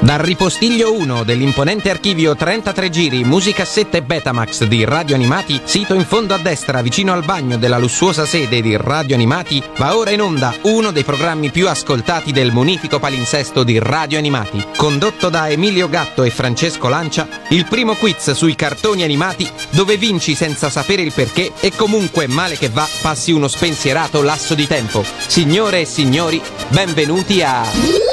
Dal ripostiglio 1 dell'imponente archivio 33 giri, musicassette Betamax di Radio Animati, sito in fondo a destra vicino al bagno della lussuosa sede di Radio Animati, va ora in onda uno dei programmi più ascoltati del munifico palinsesto di Radio Animati. Condotto da Emilio Gatto e Francesco Lancia, il primo quiz sui cartoni animati dove vinci senza sapere il perché e comunque male che va passi uno spensierato lasso di tempo. Signore e signori, benvenuti a...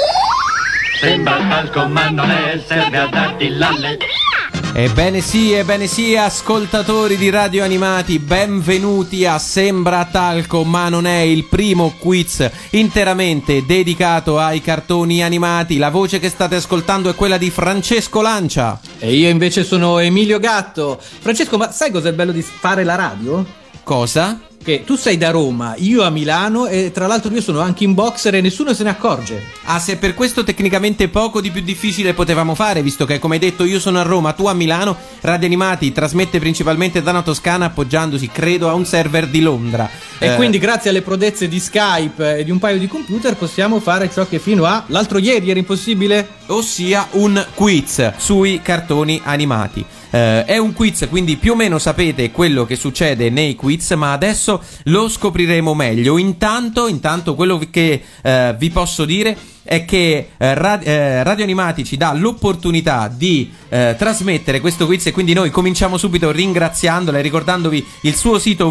Sembra talco ma non è, serve a darti l'alle. Ebbene sì, ascoltatori di Radio Animati, benvenuti a Sembra talco ma non è, il primo quiz interamente dedicato ai cartoni animati. La voce che state ascoltando è quella di Francesco Lancia. E io invece sono Emilio Gatto. Francesco, ma sai cos'è bello di fare la radio? Cosa? Che tu sei da Roma, io a Milano e tra l'altro io sono anche in boxer e nessuno se ne accorge. Ah, se per questo tecnicamente poco di più difficile potevamo fare, visto che come hai detto io sono a Roma, tu a Milano. Radio Animati trasmette principalmente da una Toscana appoggiandosi, credo, a un server di Londra. E quindi grazie alle prodezze di Skype e di un paio di computer possiamo fare ciò che fino a l'altro ieri era impossibile, ossia un quiz sui cartoni animati. È un quiz, quindi più o meno sapete quello che succede nei quiz, ma adesso lo scopriremo meglio. Intanto quello che vi posso dire è che Radio Animati ci dà l'opportunità di trasmettere questo quiz e quindi noi cominciamo subito ringraziandola e ricordandovi il suo sito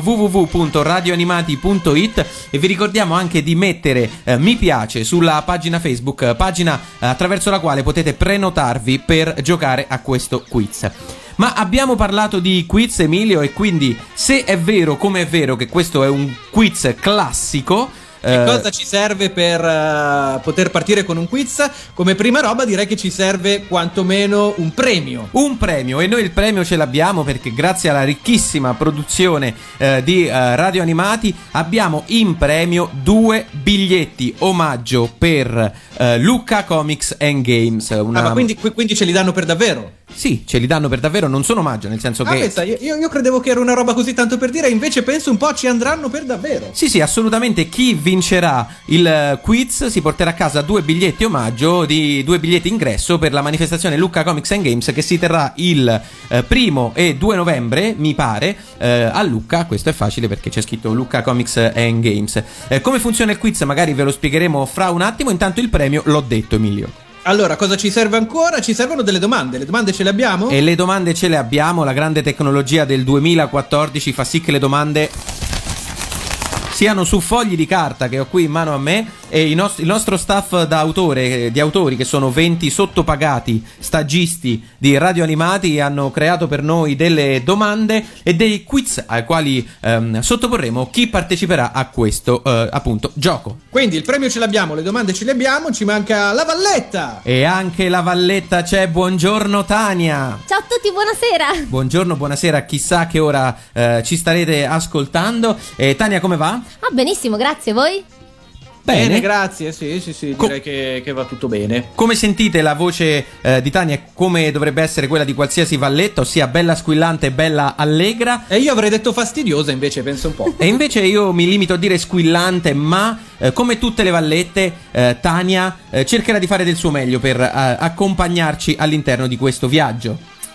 www.radioanimati.it, e vi ricordiamo anche di mettere mi piace sulla pagina Facebook, pagina attraverso la quale potete prenotarvi per giocare a questo quiz. Ma abbiamo parlato di quiz, Emilio, e quindi se è vero come è vero che questo è un quiz classico, che cosa ci serve per poter partire con un quiz? Come prima roba direi che ci serve quantomeno un premio. Un premio, e noi il premio ce l'abbiamo perché grazie alla ricchissima produzione di Radio Animati abbiamo in premio 2 biglietti omaggio per Lucca Comics and Games. Ma quindi ce li danno per davvero? Sì, ce li danno per davvero, non sono omaggio, nel senso che... Pensa, io credevo che era una roba così tanto per dire, invece penso un po' ci andranno per davvero. Sì, assolutamente. Chi vincerà il quiz si porterà a casa 2 biglietti omaggio, di 2 biglietti ingresso per la manifestazione Lucca Comics and Games che si terrà il 1 e 2 novembre, mi pare, a Lucca. Questo è facile perché c'è scritto Lucca Comics and Games. Come funziona il quiz magari ve lo spiegheremo fra un attimo, intanto il premio l'ho detto, Emilio. Allora, cosa ci serve ancora? Ci servono delle domande. Le domande ce le abbiamo? E le domande ce le abbiamo. La grande tecnologia del 2014 fa sì che le domande siano su fogli di carta che ho qui in mano a me, e il nostro staff di autori, che sono 20 sottopagati stagisti di Radio Animati, hanno creato per noi delle domande e dei quiz ai quali sottoporremo chi parteciperà a questo appunto gioco. Quindi il premio ce l'abbiamo, le domande ce le abbiamo, ci manca la Valletta. E anche la Valletta c'è. Buongiorno Tania. Ciao a tutti, buonasera. Buonasera, chissà che ora ci starete ascoltando. Tania, come va? Ah, benissimo, grazie, voi? Bene, grazie, sì, direi che va tutto bene. Come sentite la voce di Tania? Come dovrebbe essere quella di qualsiasi valletta, ossia bella squillante e bella allegra. E io avrei detto fastidiosa, invece, penso un po'. E invece io mi limito a dire squillante, ma come tutte le vallette, Tania cercherà di fare del suo meglio per accompagnarci all'interno di questo viaggio.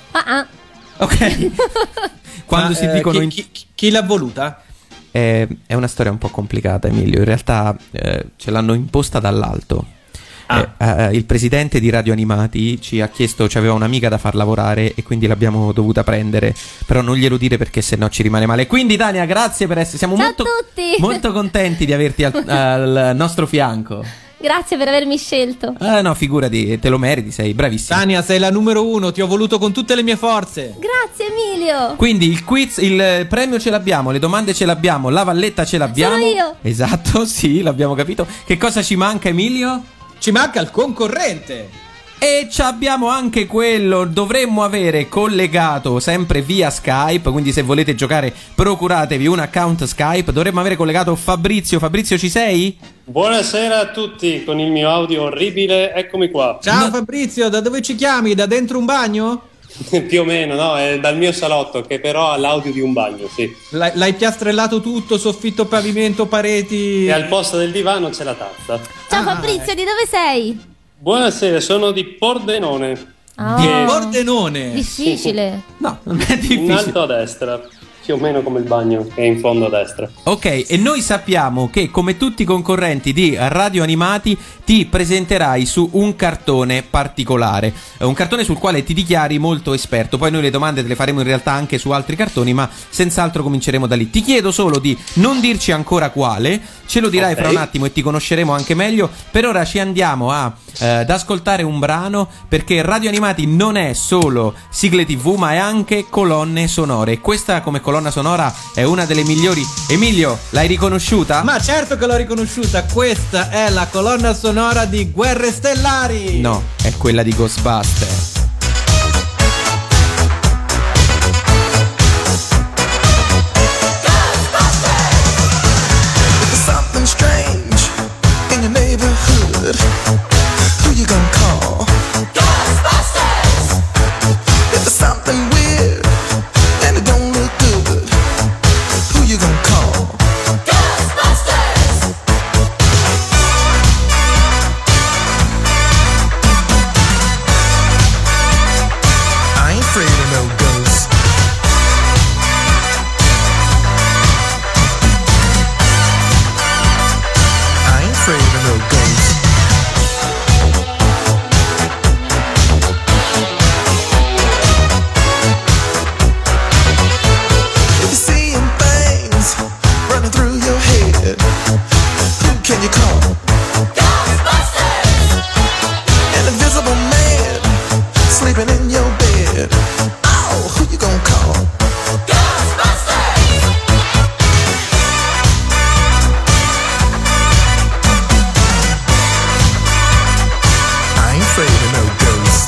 Ok. Quando si dicono chi l'ha voluta? È una storia un po' complicata, Emilio. In realtà ce l'hanno imposta dall'alto. Il presidente di Radio Animati ci ha chiesto, ci aveva un'amica da far lavorare e quindi l'abbiamo dovuta prendere. Però non glielo dire perché sennò ci rimane male. Quindi Tania, grazie per essere. Siamo molto contenti di averti al nostro fianco. Grazie per avermi scelto. No, figurati, te lo meriti, sei bravissima. Tania, sei la numero 1, ti ho voluto con tutte le mie forze. Grazie Emilio. Quindi il quiz, il premio ce l'abbiamo, le domande ce l'abbiamo, la valletta ce l'abbiamo. Sono io. Esatto, sì, l'abbiamo capito. Che cosa ci manca, Emilio? Ci manca il concorrente. E ci abbiamo anche quello, dovremmo avere collegato sempre via Skype, quindi se volete giocare procuratevi un account Skype, dovremmo avere collegato Fabrizio. Fabrizio, ci sei? Buonasera a tutti, con il mio audio orribile, eccomi qua. Ciao Fabrizio, da dove ci chiami? Da dentro un bagno? Più o meno, no, è dal mio salotto, che però ha l'audio di un bagno, sì. L'hai piastrellato tutto, soffitto, pavimento, pareti. E al posto del divano c'è la tazza. Ciao Fabrizio, di dove sei? Buonasera, sono di Pordenone. Di Pordenone. Difficile. No, non è In difficile. alto a destra, più o meno come il bagno che è in fondo a destra. Ok, e noi sappiamo che come tutti i concorrenti di Radio Animati ti presenterai su un cartone particolare, un cartone sul quale ti dichiari molto esperto. Poi noi le domande te le faremo in realtà anche su altri cartoni, ma senz'altro cominceremo da lì. Ti chiedo solo di non dirci ancora quale, ce lo dirai fra un attimo e ti conosceremo anche meglio. Per ora ci andiamo ad ascoltare un brano, perché Radio Animati non è solo sigle TV ma è anche colonne sonore. Questa come colonna sonora è una delle migliori. Emilio, l'hai riconosciuta? Ma certo che l'ho riconosciuta, questa è la colonna sonora di Guerre Stellari. No, è quella di Ghostbusters. Something strange in your neighborhood. Who you gonna call? Ghostbusters! If there's something weird and it don't look good, who you gonna call? Ghostbusters! I ain't afraid of no ghosts. I ain't afraid of no ghosts. If you're seeing things running through your head, who can you call? Ghostbusters! An invisible man sleeping in your bed. Oh, who you gonna call? Ghostbusters! I ain't afraid of no ghosts.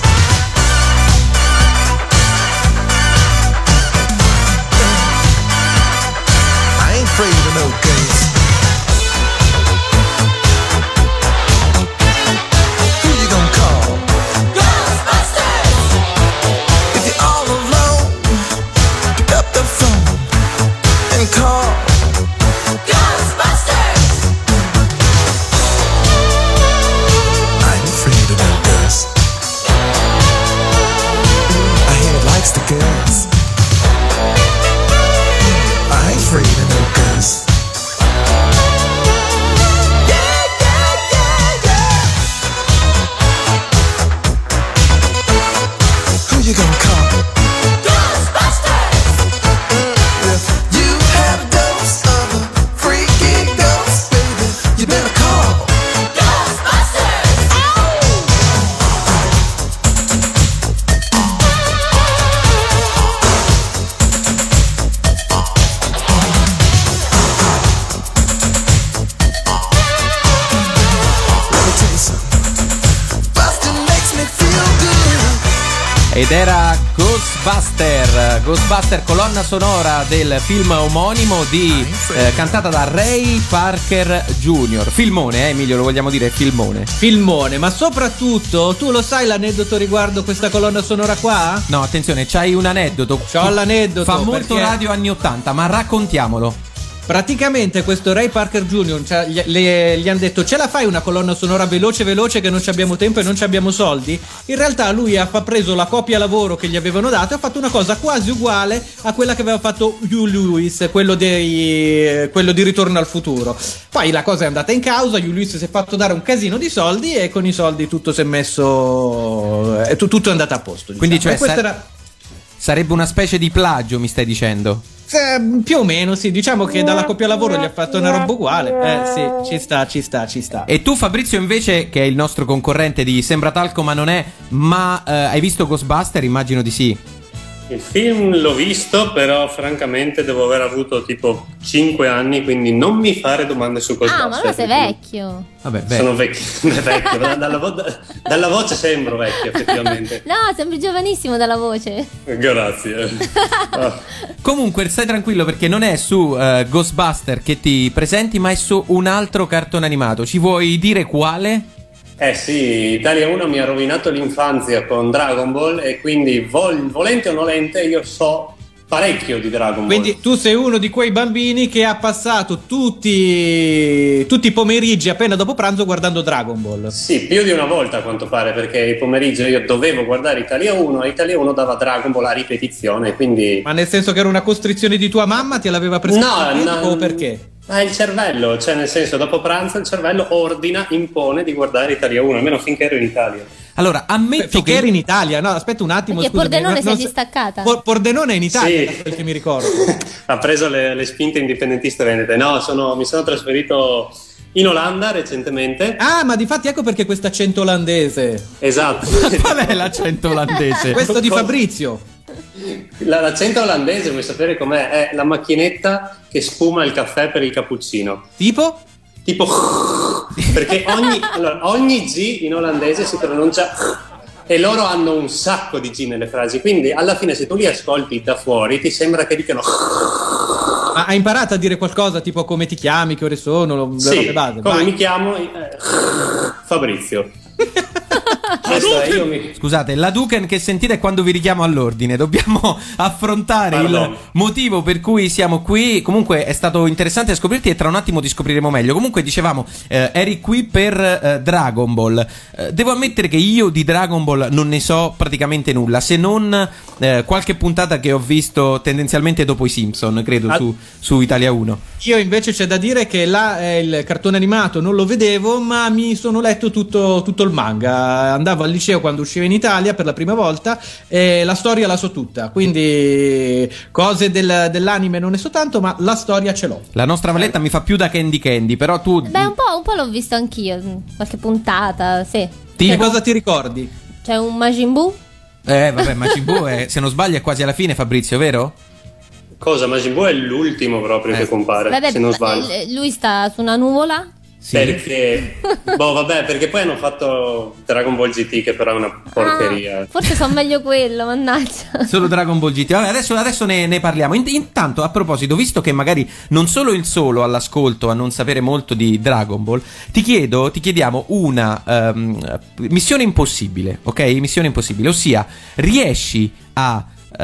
I ain't afraid of no ghosts. Who you gonna call? Ghostbusters! If you're all alone, pick up the phone and call Ghostbusters! I ain't afraid of no ghosts. I hear it likes the girls. I ain't afraid of no ghosts. Yeah, yeah, yeah, yeah. Who you gonna call? Ghostbusters! If you have a dose of a freaky ghost, baby, you better call Ghostbusters! Let me tell you something. Bustin' makes me feel good. Ed era Ghostbuster, colonna sonora del film omonimo cantata da Ray Parker Jr. Filmone, Emilio, lo vogliamo dire, filmone. Ma soprattutto, tu lo sai l'aneddoto riguardo questa colonna sonora qua? No, attenzione, c'hai un aneddoto. C'ho l'aneddoto. Fa molto perché radio anni 80, ma raccontiamolo. praticamente questo Ray Parker Jr. Gli hanno detto: ce la fai una colonna sonora veloce che non ci abbiamo tempo e non ci abbiamo soldi? In realtà lui ha preso la copia lavoro che gli avevano dato e ha fatto una cosa quasi uguale a quella che aveva fatto Hugh Lewis, quello di Ritorno al futuro. Poi la cosa è andata in causa, Hugh Lewis si è fatto dare un casino di soldi e con i soldi tutto si è messo, tutto è andato a posto, diciamo. Quindi cioè era... sarebbe una specie di plagio, mi stai dicendo? Più o meno, sì, diciamo che dalla coppia lavoro gli ha fatto una roba uguale. Sì, ci sta. E tu, Fabrizio, invece, che è il nostro concorrente di Sembra Talco ma non è, ma hai visto Ghostbuster? Immagino di sì. Il film l'ho visto, però francamente devo aver avuto tipo 5 anni, quindi non mi fare domande su Ghostbuster. Ah, ma allora sei vecchio. Vabbè, Sono vecchio. Dalla voce sembro vecchio, effettivamente. No, sembri giovanissimo dalla voce. Grazie. Comunque stai tranquillo, perché non è su Ghostbuster che ti presenti, ma è su un altro cartone animato. Ci vuoi dire quale? Sì, Italia 1 mi ha rovinato l'infanzia con Dragon Ball e quindi volente o nolente io so parecchio di Dragon Ball. Quindi tu sei uno di quei bambini che ha passato tutti i pomeriggi appena dopo pranzo guardando Dragon Ball. Sì, più di una volta a quanto pare, perché il pomeriggio io dovevo guardare Italia 1 e Italia 1 dava Dragon Ball a ripetizione, quindi... Ma nel senso che era una costrizione di tua mamma, te l'aveva prescritto o perché? Il cervello, cioè nel senso dopo pranzo il cervello ordina, impone di guardare Italia 1, almeno finché ero in Italia. Allora, ammetto Finché che eri in Italia, no, aspetta un attimo. Perché scusami, Pordenone si è non- distaccata. Pordenone è in Italia, Sì. da quel che mi ricordo. Ha preso le spinte indipendentiste venete. No, mi sono trasferito in Olanda recentemente. Ah, ma difatti ecco perché questo accento olandese. Esatto. qual è l'accento olandese? Questo di Fabrizio. L'accento olandese, vuoi sapere com'è? È la macchinetta che spuma il caffè per il cappuccino. Tipo? Perché ogni G in olandese si pronuncia e loro hanno un sacco di G nelle frasi, quindi alla fine se tu li ascolti da fuori ti sembra che dicano Ma hai imparato a dire qualcosa tipo come ti chiami, che ore sono, le sì, robe base? come Vai. mi chiamo? Fabrizio. Questo è, io mi... Scusate, la Duken che sentite è quando vi richiamo all'ordine. Dobbiamo affrontare Pardon. il motivo per cui siamo qui. Comunque è stato interessante scoprirti e tra un attimo ti scopriremo meglio. Comunque dicevamo, eri qui per Dragon Ball. Devo ammettere che io di Dragon Ball non ne so praticamente nulla, se non qualche puntata che ho visto tendenzialmente dopo i Simpson, credo, su Italia 1. Io invece c'è da dire che là il cartone animato non lo vedevo, ma mi sono letto tutto il manga. Andavo al liceo quando usciva in Italia per la prima volta e la storia la so tutta, quindi cose dell'anime non ne so tanto, ma la storia ce l'ho. La nostra Valletta mi fa più da Candy, però tu... Beh, un po' l'ho visto anch'io, qualche puntata, sì. Che cosa ti ricordi? C'è un Majin Buu? Vabbè, Majin Buu se non sbaglio è quasi alla fine, Fabrizio, vero? Cosa? Majin Buu è l'ultimo proprio che compare, Vabbè, se non sbaglio. lui sta su una nuvola. Sì. Perché poi hanno fatto Dragon Ball GT che però è una porcheria. Forse so meglio quello, mannaggia. Solo Dragon Ball GT. Vabbè, adesso ne parliamo. Intanto, a proposito, visto che magari non solo il solo all'ascolto a non sapere molto di Dragon Ball, ti chiediamo una missione impossibile, ok? Missione impossibile, ossia riesci a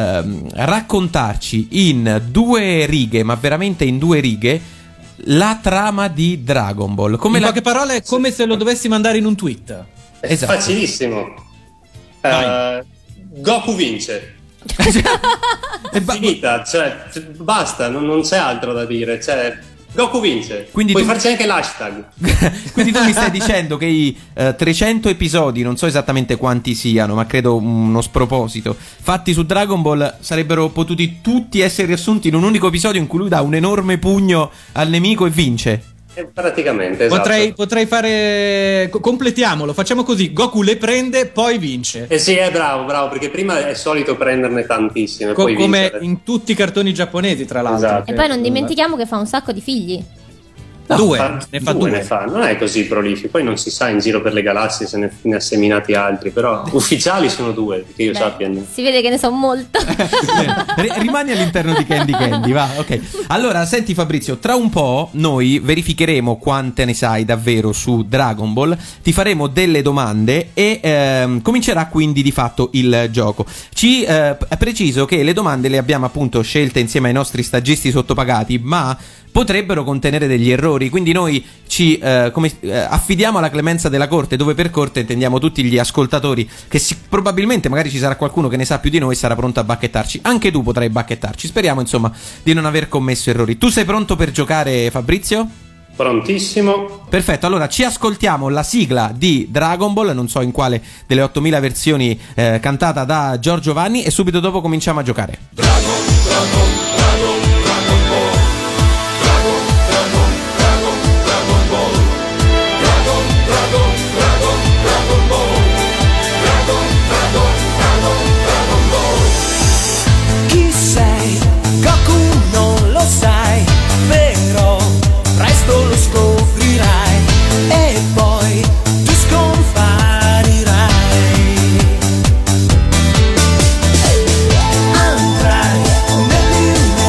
raccontarci in 2 righe, ma veramente in 2 righe, la trama di Dragon Ball. In poche parole è come se lo dovessi mandare in un tweet. È Esatto. facilissimo. Goku vince. Finita, cioè basta, non c'è altro da dire, cioè Goku vince. Quindi puoi tu- farci anche l'hashtag. Quindi tu mi stai dicendo che i 300 episodi, non so esattamente quanti siano, ma credo uno sproposito, fatti su Dragon Ball sarebbero potuti tutti essere riassunti in un unico episodio in cui lui dà un enorme pugno al nemico e vince. Praticamente, esatto. Potrei fare. Completiamolo, facciamo così: Goku le prende, poi vince. Sì, è bravo, perché prima è solito prenderne tantissime, poi Come vincere. in tutti i cartoni giapponesi, tra l'altro. Esatto. E poi non dimentichiamo che fa un sacco di figli. Due, Ne fa. Non è così prolifico, poi non si sa in giro per le galassie se ne ha seminati altri, però ufficiali sono 2, che io sappia. Si vede che ne so molto. Rimani all'interno di Candy, va, ok. Allora, senti Fabrizio, tra un po' noi verificheremo quante ne sai davvero su Dragon Ball, ti faremo delle domande e comincerà quindi di fatto il gioco. Preciso che le domande le abbiamo appunto scelte insieme ai nostri stagisti sottopagati, ma potrebbero contenere degli errori, quindi noi ci affidiamo alla clemenza della corte, dove per corte intendiamo tutti gli ascoltatori che probabilmente magari ci sarà qualcuno che ne sa più di noi e sarà pronto a bacchettarci. Anche tu potrai bacchettarci, speriamo insomma di non aver commesso errori. Tu sei pronto per giocare, Fabrizio? Prontissimo. Perfetto, allora ci ascoltiamo la sigla di Dragon Ball, non so in quale delle 8000 versioni cantata da Giorgio Vanni, e subito dopo cominciamo a giocare. Chi sei? Goku non lo sai, però presto lo scoprirai e poi tu scomparirai. Andrai nell'immenso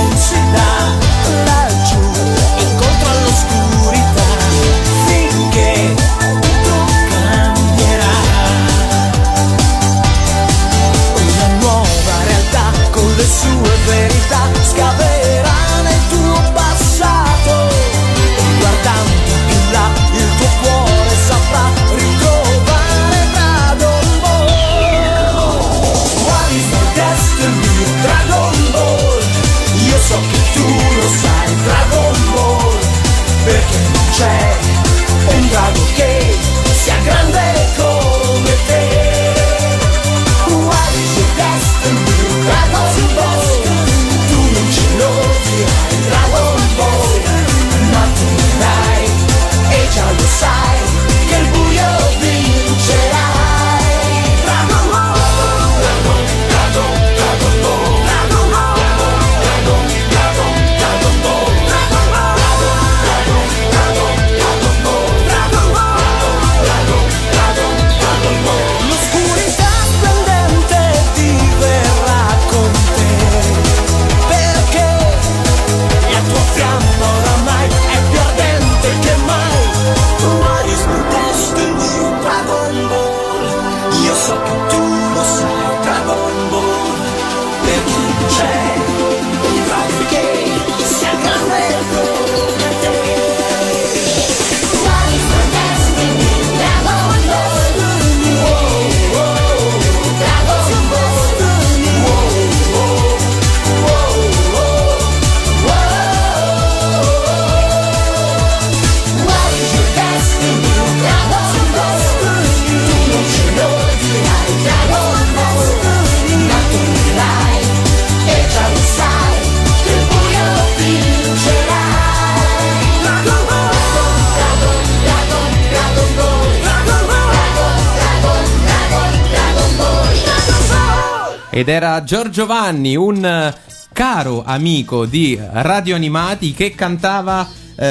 Ed era Giorgio Vanni, un caro amico di Radio Animati che cantava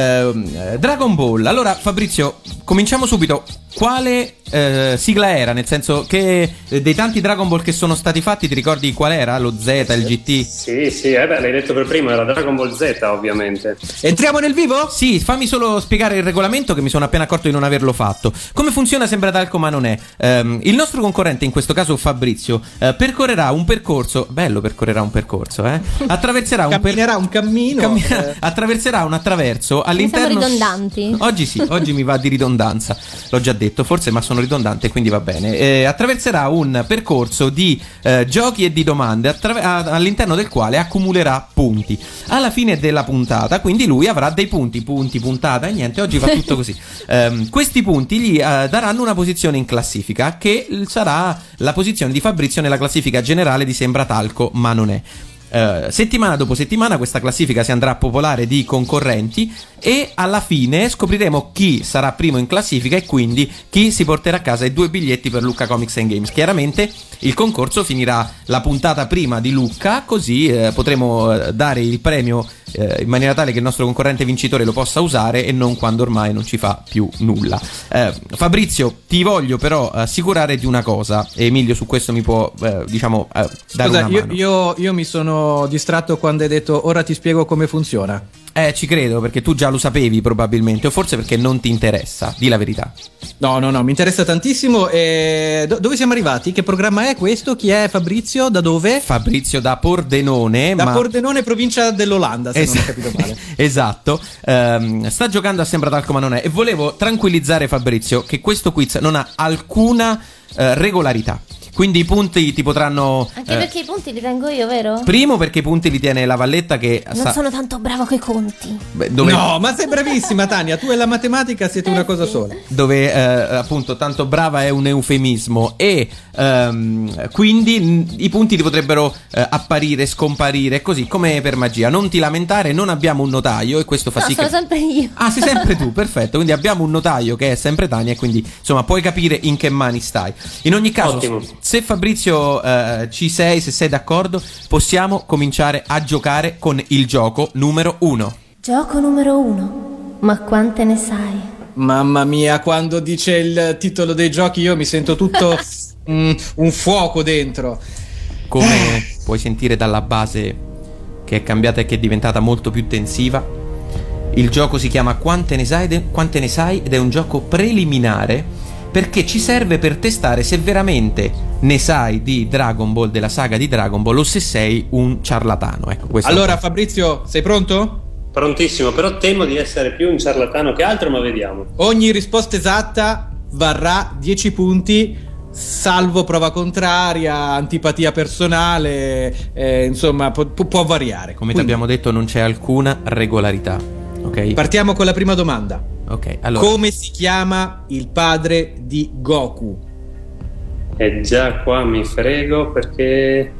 Dragon Ball. Allora Fabrizio, cominciamo subito. Quale sigla era? Nel senso che dei tanti Dragon Ball che sono stati fatti ti ricordi qual era? Lo Z, il GT? Sì, l'hai detto per primo, era Dragon Ball Z ovviamente. Entriamo nel vivo? Sì, fammi solo spiegare il regolamento che mi sono appena accorto di non averlo fatto. Come funziona sembra talco ma non è. Il nostro concorrente, in questo caso Fabrizio, percorrerà un percorso. Bello, percorrerà un percorso, attraverserà camminerà un cammino. Attraverserà un attraverso all'interno. Siamo ridondanti. Oggi sì, oggi mi va di ridondanza. L'ho già detto, forse, ma sono ridondante, quindi va bene. Attraverserà un percorso di giochi e di domande all'interno del quale accumulerà punti. Alla fine della puntata, quindi lui avrà dei punti, puntata e niente, oggi va tutto così. Questi punti gli daranno una posizione in classifica che sarà la posizione di Fabrizio nella classifica generale di Sembra Talco ma non è. Settimana dopo settimana questa classifica si andrà a popolare di concorrenti e alla fine scopriremo chi sarà primo in classifica e quindi chi si porterà a casa i 2 biglietti per Lucca Comics and Games. Chiaramente il concorso finirà la puntata prima di Lucca, così potremo dare il premio in maniera tale che il nostro concorrente vincitore lo possa usare e non quando ormai non ci fa più nulla. Fabrizio, ti voglio però assicurare di una cosa, e Emilio su questo mi può dare Scusa, una mano. io mi sono distratto quando hai detto ora ti spiego come funziona. Ci credo, perché tu già lo sapevi probabilmente, o forse perché non ti interessa, di la verità. No, mi interessa tantissimo. Dove siamo arrivati? Che programma è questo? Chi è Fabrizio? Da dove? Fabrizio da Pordenone. Pordenone, provincia dell'Olanda, se non ho capito male. Esatto. Sta giocando a Sembra Talco ma non è. E volevo tranquillizzare Fabrizio che questo quiz non ha alcuna regolarità. Quindi i punti ti potranno... Anche perché i punti li tengo io, vero? Primo perché i punti li tiene la Valletta che... Non sono tanto bravo coi conti. No, ma sei bravissima Tania, tu e la matematica siete una cosa sola. Dove appunto tanto brava è un eufemismo e quindi i punti ti potrebbero apparire, scomparire, così come per magia. Non ti lamentare, non abbiamo un notaio e questo fa sì sono sempre io. Ah, sei sempre tu, perfetto. Quindi abbiamo un notaio che è sempre Tania e quindi insomma puoi capire in che mani stai. In ogni caso, ottimo. Se Fabrizio se sei d'accordo, possiamo cominciare a giocare con il gioco numero 1. Gioco numero 1. Ma quante ne sai? Mamma mia, quando dice il titolo dei giochi io mi sento tutto un fuoco dentro. Come puoi sentire dalla base che è cambiata e che è diventata molto più tensiva, il gioco si chiama Quante ne sai ed è un gioco preliminare perché ci serve per testare se veramente ne sai di Dragon Ball, della saga di Dragon Ball, o se sei un ciarlatano. Ecco, questo. Allora Fabrizio, sei pronto? Prontissimo, però temo di essere più un ciarlatano che altro, ma vediamo. Ogni risposta esatta varrà 10 punti, salvo prova contraria, antipatia personale, insomma può variare. Come ti abbiamo detto non c'è alcuna regolarità, ok? Partiamo con la prima domanda. Ok, allora. Come si chiama il padre di Goku? E già qua mi frego perché...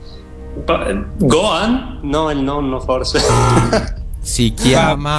Gohan? No, il nonno forse. Si chiama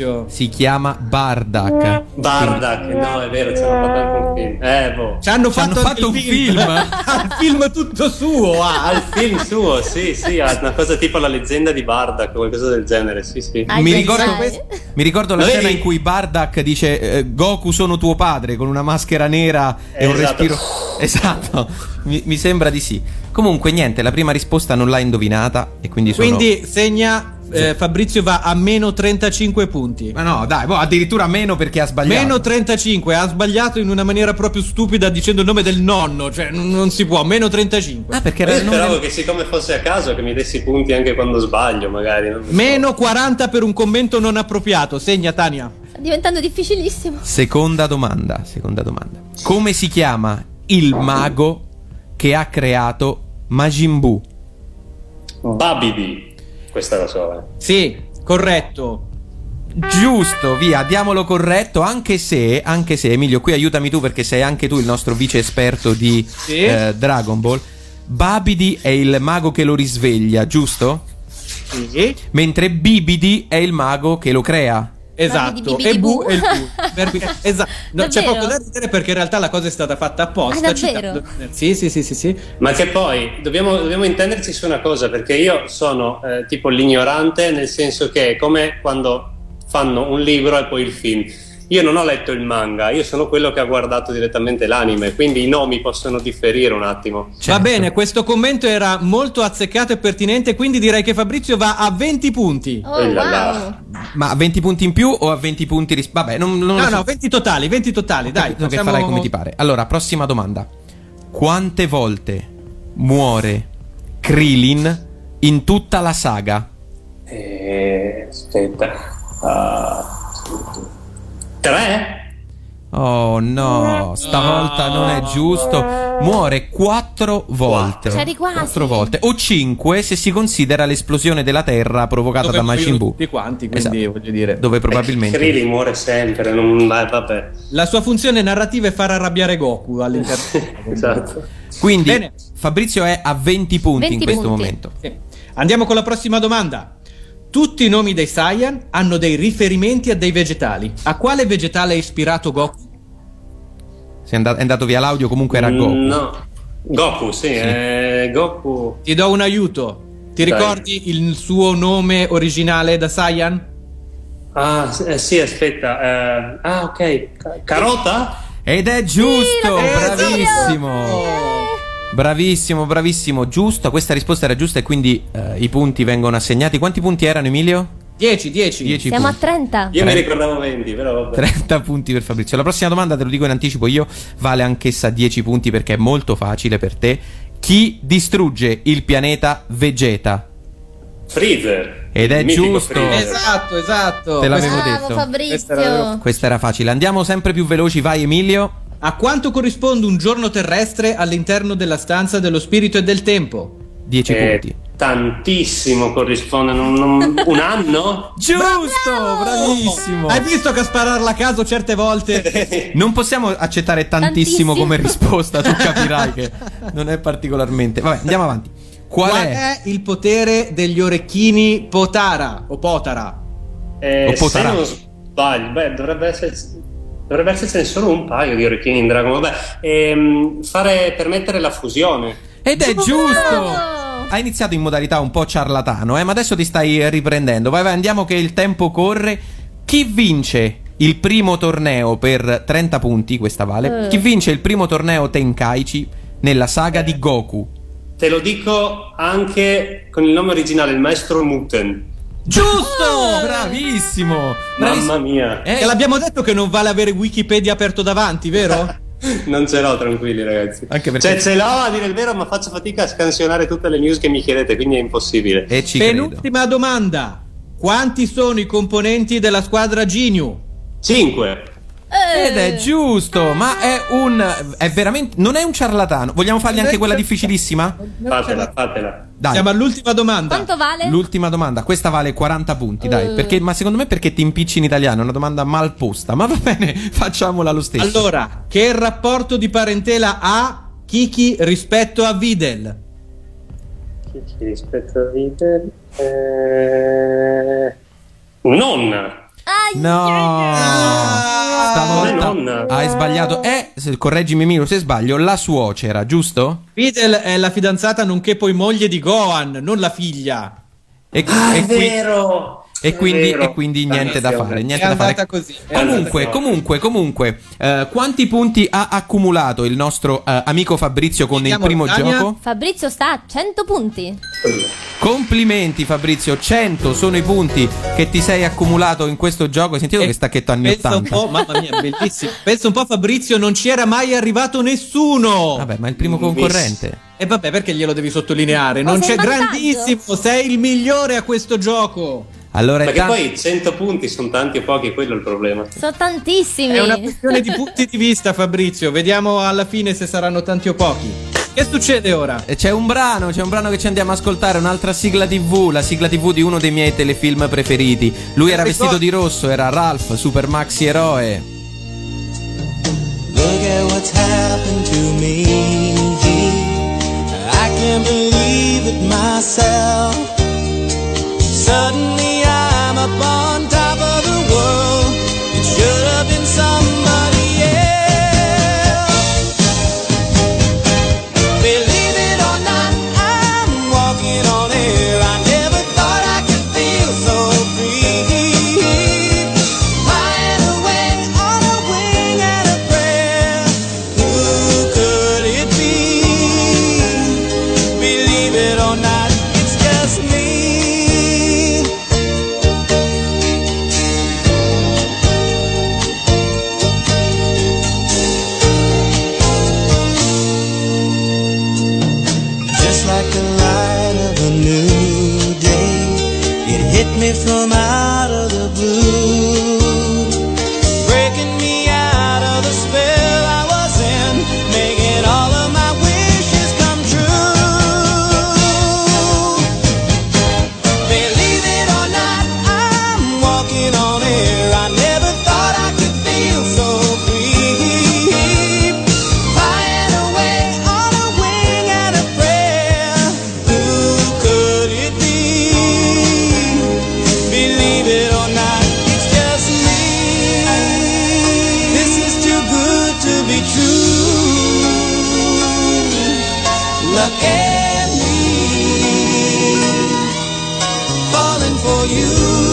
Bardak. Bardak, no, è vero, ci hanno fatto anche un film. Ci hanno fatto un film. Il film tutto suo. Il film suo, sì, ha una cosa tipo La leggenda di Bardak, qualcosa del genere, sì. Mi ricordo la scena in cui Bardak dice Goku sono tuo padre, con una maschera nera e un respiro. Esatto, mi sembra di sì. Comunque niente, la prima risposta non l'ha indovinata e quindi segna Fabrizio va a meno 35 punti. Ma no, dai, addirittura meno perché ha sbagliato. Meno 35, ha sbagliato in una maniera proprio stupida dicendo il nome del nonno, cioè non si può, meno 35. Perché io speravo che siccome fosse a caso che mi dessi punti anche quando sbaglio, magari. Meno 40 per un commento non appropriato, segna Tania. Sta diventando difficilissimo. Seconda domanda. Come si chiama il mago che ha creato Majin Buu? Babidi. Questa la so. Sì, corretto. Giusto, via, diamolo corretto, anche se Emilio, qui aiutami tu perché sei anche tu il nostro vice esperto di Dragon Ball. Babidi è il mago che lo risveglia, giusto? Sì. Mentre Bibidi è il mago che lo crea. Esatto, Bidi e bidi bu bu. e il bu. Esatto. No, c'è Davvero? poco da ridere perché in realtà la cosa è stata fatta apposta. Ah, davvero? Sì. Ma che poi dobbiamo intenderci su una cosa, perché io sono tipo l'ignorante, nel senso che è come quando fanno un libro e poi il film. Io non ho letto il manga, io sono quello che ha guardato direttamente l'anime, quindi i nomi possono differire un attimo. Va bene, questo commento era molto azzeccato e pertinente, quindi direi che Fabrizio va a 20 punti. Oh, wow. Ma a 20 punti in più o a 20 punti vabbè, non lo so. No, 20 totali, dai. Capito che farai come ti pare. Allora, prossima domanda. Quante volte muore Krillin in tutta la saga? Aspetta. 3? Oh no, stavolta non è giusto. Muore 4 volte. C'eri quasi. 4 volte. O 5 se si considera l'esplosione della Terra provocata Dove da Majin Buu. tutti quanti, quindi Esatto. voglio dire. Dove probabilmente Krillin muore sempre, vabbè. La sua funzione narrativa è far arrabbiare Goku all'interno. Esatto. Quindi Bene. Fabrizio è a 20 punti 20 in questo punti. momento. Sì. Andiamo con la prossima domanda. Tutti i nomi dei Saiyan hanno dei riferimenti a dei vegetali. A quale vegetale è ispirato Goku? Se è andato via l'audio, comunque era Goku. No. Goku, sì. Goku. Ti do un aiuto. Ti Dai. ricordi il suo nome originale da Saiyan? Ah, sì, aspetta. Ok. Carota? Ed è giusto, Sì, bravissimo, giusto. Questa risposta era giusta e quindi i punti vengono assegnati. Quanti punti erano, Emilio? 10. 10 Siamo a punti. 30. Io mi ricordavo 20, però vabbè. 30 punti per Fabrizio. La prossima domanda, te lo dico in anticipo io, vale anch'essa 10 punti perché è molto facile per te. Chi distrugge il pianeta Vegeta? Freezer. Ed è Il mitico giusto. Freezer. Esatto. Te l'avevo Bravo detto. Fabrizio. Questa era facile. Andiamo sempre più veloci, vai Emilio. A quanto corrisponde un giorno terrestre all'interno della stanza dello spirito e del tempo? 10 punti. Tantissimo corrisponde. Un anno? Giusto, bravissimo. Hai visto che a spararla a caso certe volte? Non possiamo accettare tantissimo come risposta, tu capirai che non è particolarmente. Vabbè, andiamo avanti. Qual è? il potere degli orecchini Potara o Potara? O Se Potara. non sbaglio, dovrebbe essercene solo un paio di orecchini in Dragon. Vabbè, permettere la fusione. Ed è giusto. Bravo. Hai iniziato in modalità un po' ciarlatano, ma adesso ti stai riprendendo. Vai, andiamo che il tempo corre. Chi vince il primo torneo per 30 punti, questa vale? Chi vince il primo torneo Tenkaichi nella saga di Goku? Te lo dico anche con il nome originale, il maestro Muten. Giusto! Bravissimo! Mamma mia. Che l'abbiamo detto che non vale avere Wikipedia aperto davanti, vero? Non ce l'ho, tranquilli ragazzi. Anche perché- Cioè, ce l'ho a dire il vero, ma faccio fatica a scansionare tutte le news che mi chiedete, quindi è impossibile. E ci credo. Penultima domanda. Quanti sono i componenti della squadra Ginyu? 5. Ed è giusto, ma è veramente. Non è un ciarlatano. Vogliamo fargli anche quella difficilissima? Fatela. Dai. Siamo all'ultima domanda. Quanto vale? L'ultima domanda, questa vale 40 punti, dai. Ma secondo me perché ti impicci in italiano? È una domanda mal posta. Ma va bene, facciamola lo stesso. Allora, che rapporto di parentela ha Kiki rispetto a Videl? Rispetto a Videl. Nonna. No, stavolta Nonna. hai sbagliato. Correggimi Milo se sbaglio, la suocera, giusto? Videl è la fidanzata nonché poi moglie di Gohan, non la figlia. E È qui- vero. E quindi niente da fare, niente È da fare. andata così. Comunque, quanti punti ha accumulato il nostro amico Fabrizio con il Vediamo, primo Tania. gioco? Fabrizio sta a 100 punti. Complimenti Fabrizio, 100 sono i punti che ti sei accumulato in questo gioco. Hai sentito che stacchetto anni Pensa un 80? po', mamma mia, bellissimo. Pensa un po', Fabrizio, non ci era mai arrivato nessuno. Vabbè, ma è il primo concorrente. E vabbè, perché glielo devi sottolineare? Ma Non sei c'è in vantaggio. grandissimo, sei il migliore a questo gioco. Allora, Perché poi 100 punti sono tanti o pochi, quello è il problema. Sono tantissimi. È una questione di punti di vista, Fabrizio. Vediamo alla fine se saranno tanti o pochi. Che succede ora? c'è un brano che ci andiamo a ascoltare, un'altra sigla TV, la sigla TV di uno dei miei telefilm preferiti. Lui era vestito di rosso, era Ralph, super maxi eroe. Look at what's happened to me. I can't believe it myself. Suddenly I'm up on top of the world. just like the light of a new day. It hit me from out of the blue, breaking me out of the spell I was in, making all of my wishes come true. Believe it or not, I'm walking on air. I never thought I could feel so free, flying away on a wing and a prayer. Who could it be? Believe it or not, it's just me. This is too good to be true. Look at me, falling for you.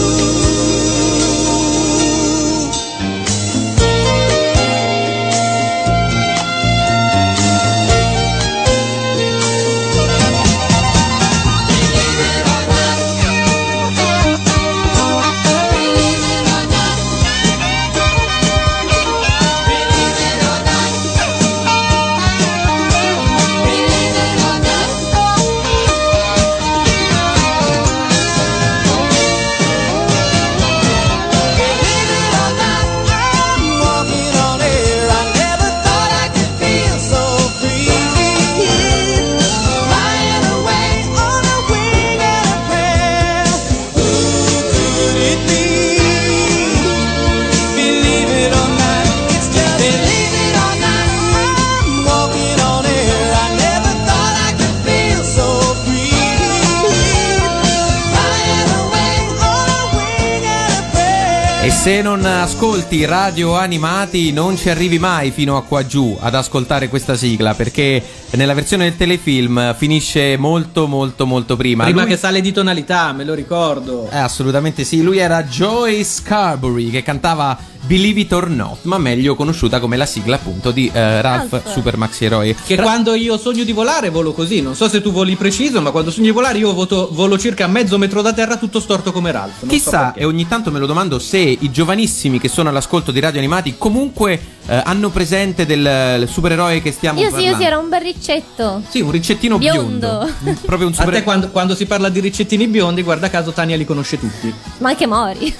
Se non ascolti Radio Animati non ci arrivi mai fino a qua giù ad ascoltare questa sigla, perché nella versione del telefilm finisce molto prima. Prima che sale di tonalità, me lo ricordo. Assolutamente sì, lui era Joey Scarbury che cantava Believe It or Not, ma meglio conosciuta come la sigla appunto di Ralph Super Maxi Eroe. Che quando io sogno di volare volo così, non so se tu voli preciso, ma quando sogno di volare io volo circa mezzo metro da terra tutto storto come Ralph. Chissà, e ogni tanto me lo domando se i giovanissimi che sono all'ascolto di Radio Animati comunque hanno presente del supereroe che stiamo parlando. Io sì, era un bel riccetto. Sì, un riccettino biondo. Proprio un super... A te quando si parla di ricettini biondi, guarda caso Tania li conosce tutti. Ma anche Mori.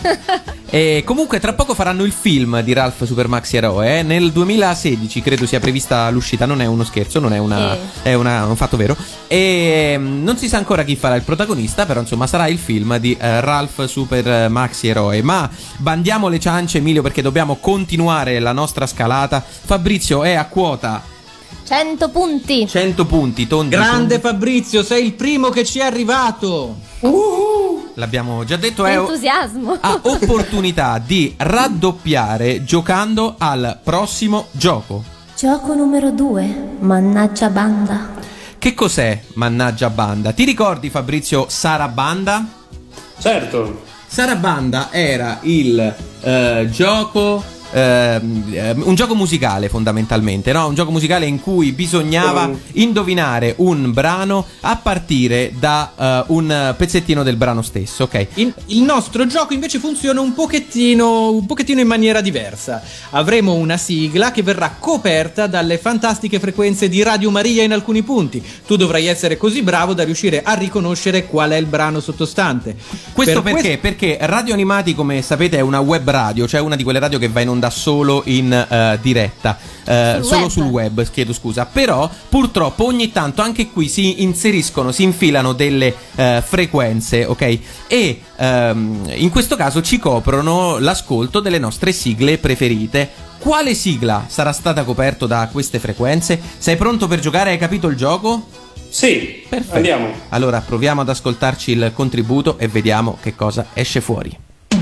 E comunque tra poco faranno il film di Ralph Super Maxi Eroe. Nel 2016 credo sia prevista l'uscita. Non è uno scherzo, non è è un fatto vero. E non si sa ancora chi farà il protagonista, però insomma sarà il film di Ralph Super Maxi Eroe. Ma bandiamo le ciance, Emilio, perché dobbiamo continuare la nostra scalata. Fabrizio è a quota 100 punti. 100 punti, tondi. Grande Fabrizio, sei il primo che ci è arrivato. L'abbiamo già detto, Entusiasmo. ha opportunità di raddoppiare giocando al prossimo gioco. Gioco numero 2, Mannaggia Banda. Che cos'è Mannaggia Banda? Ti ricordi, Fabrizio, Sarabanda? Certo. Sarabanda era il gioco... un gioco musicale fondamentalmente, no? Un gioco musicale in cui bisognava indovinare un brano a partire da un pezzettino del brano stesso, ok? Il nostro gioco invece funziona un pochettino in maniera diversa. Avremo una sigla che verrà coperta dalle fantastiche frequenze di Radio Maria in alcuni punti. Tu dovrai essere così bravo da riuscire a riconoscere qual è il brano sottostante. Questo perché? Perché Radio Animati, come sapete, è una web radio, cioè una di quelle radio che va in onda solo in diretta, solo sul web, chiedo scusa. Però purtroppo ogni tanto anche qui si infilano delle frequenze, ok? E in questo caso ci coprono l'ascolto delle nostre sigle preferite. Quale sigla sarà stata coperta da queste frequenze? Sei pronto per giocare? Hai capito il gioco? Sì, perfetto. Andiamo. Allora proviamo ad ascoltarci il contributo e vediamo che cosa esce fuori.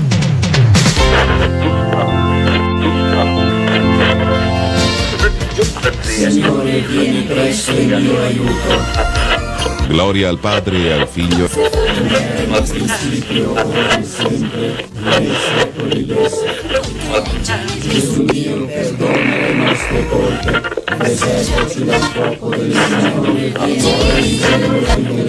Signore, vieni presto in mio aiuto. Gloria al Padre e al Figlio. Nel principio, ora e sempre, nei secoli dei secoli. Gesù mio, perdona le nostre colpe, preservaci dal fuoco del Signore,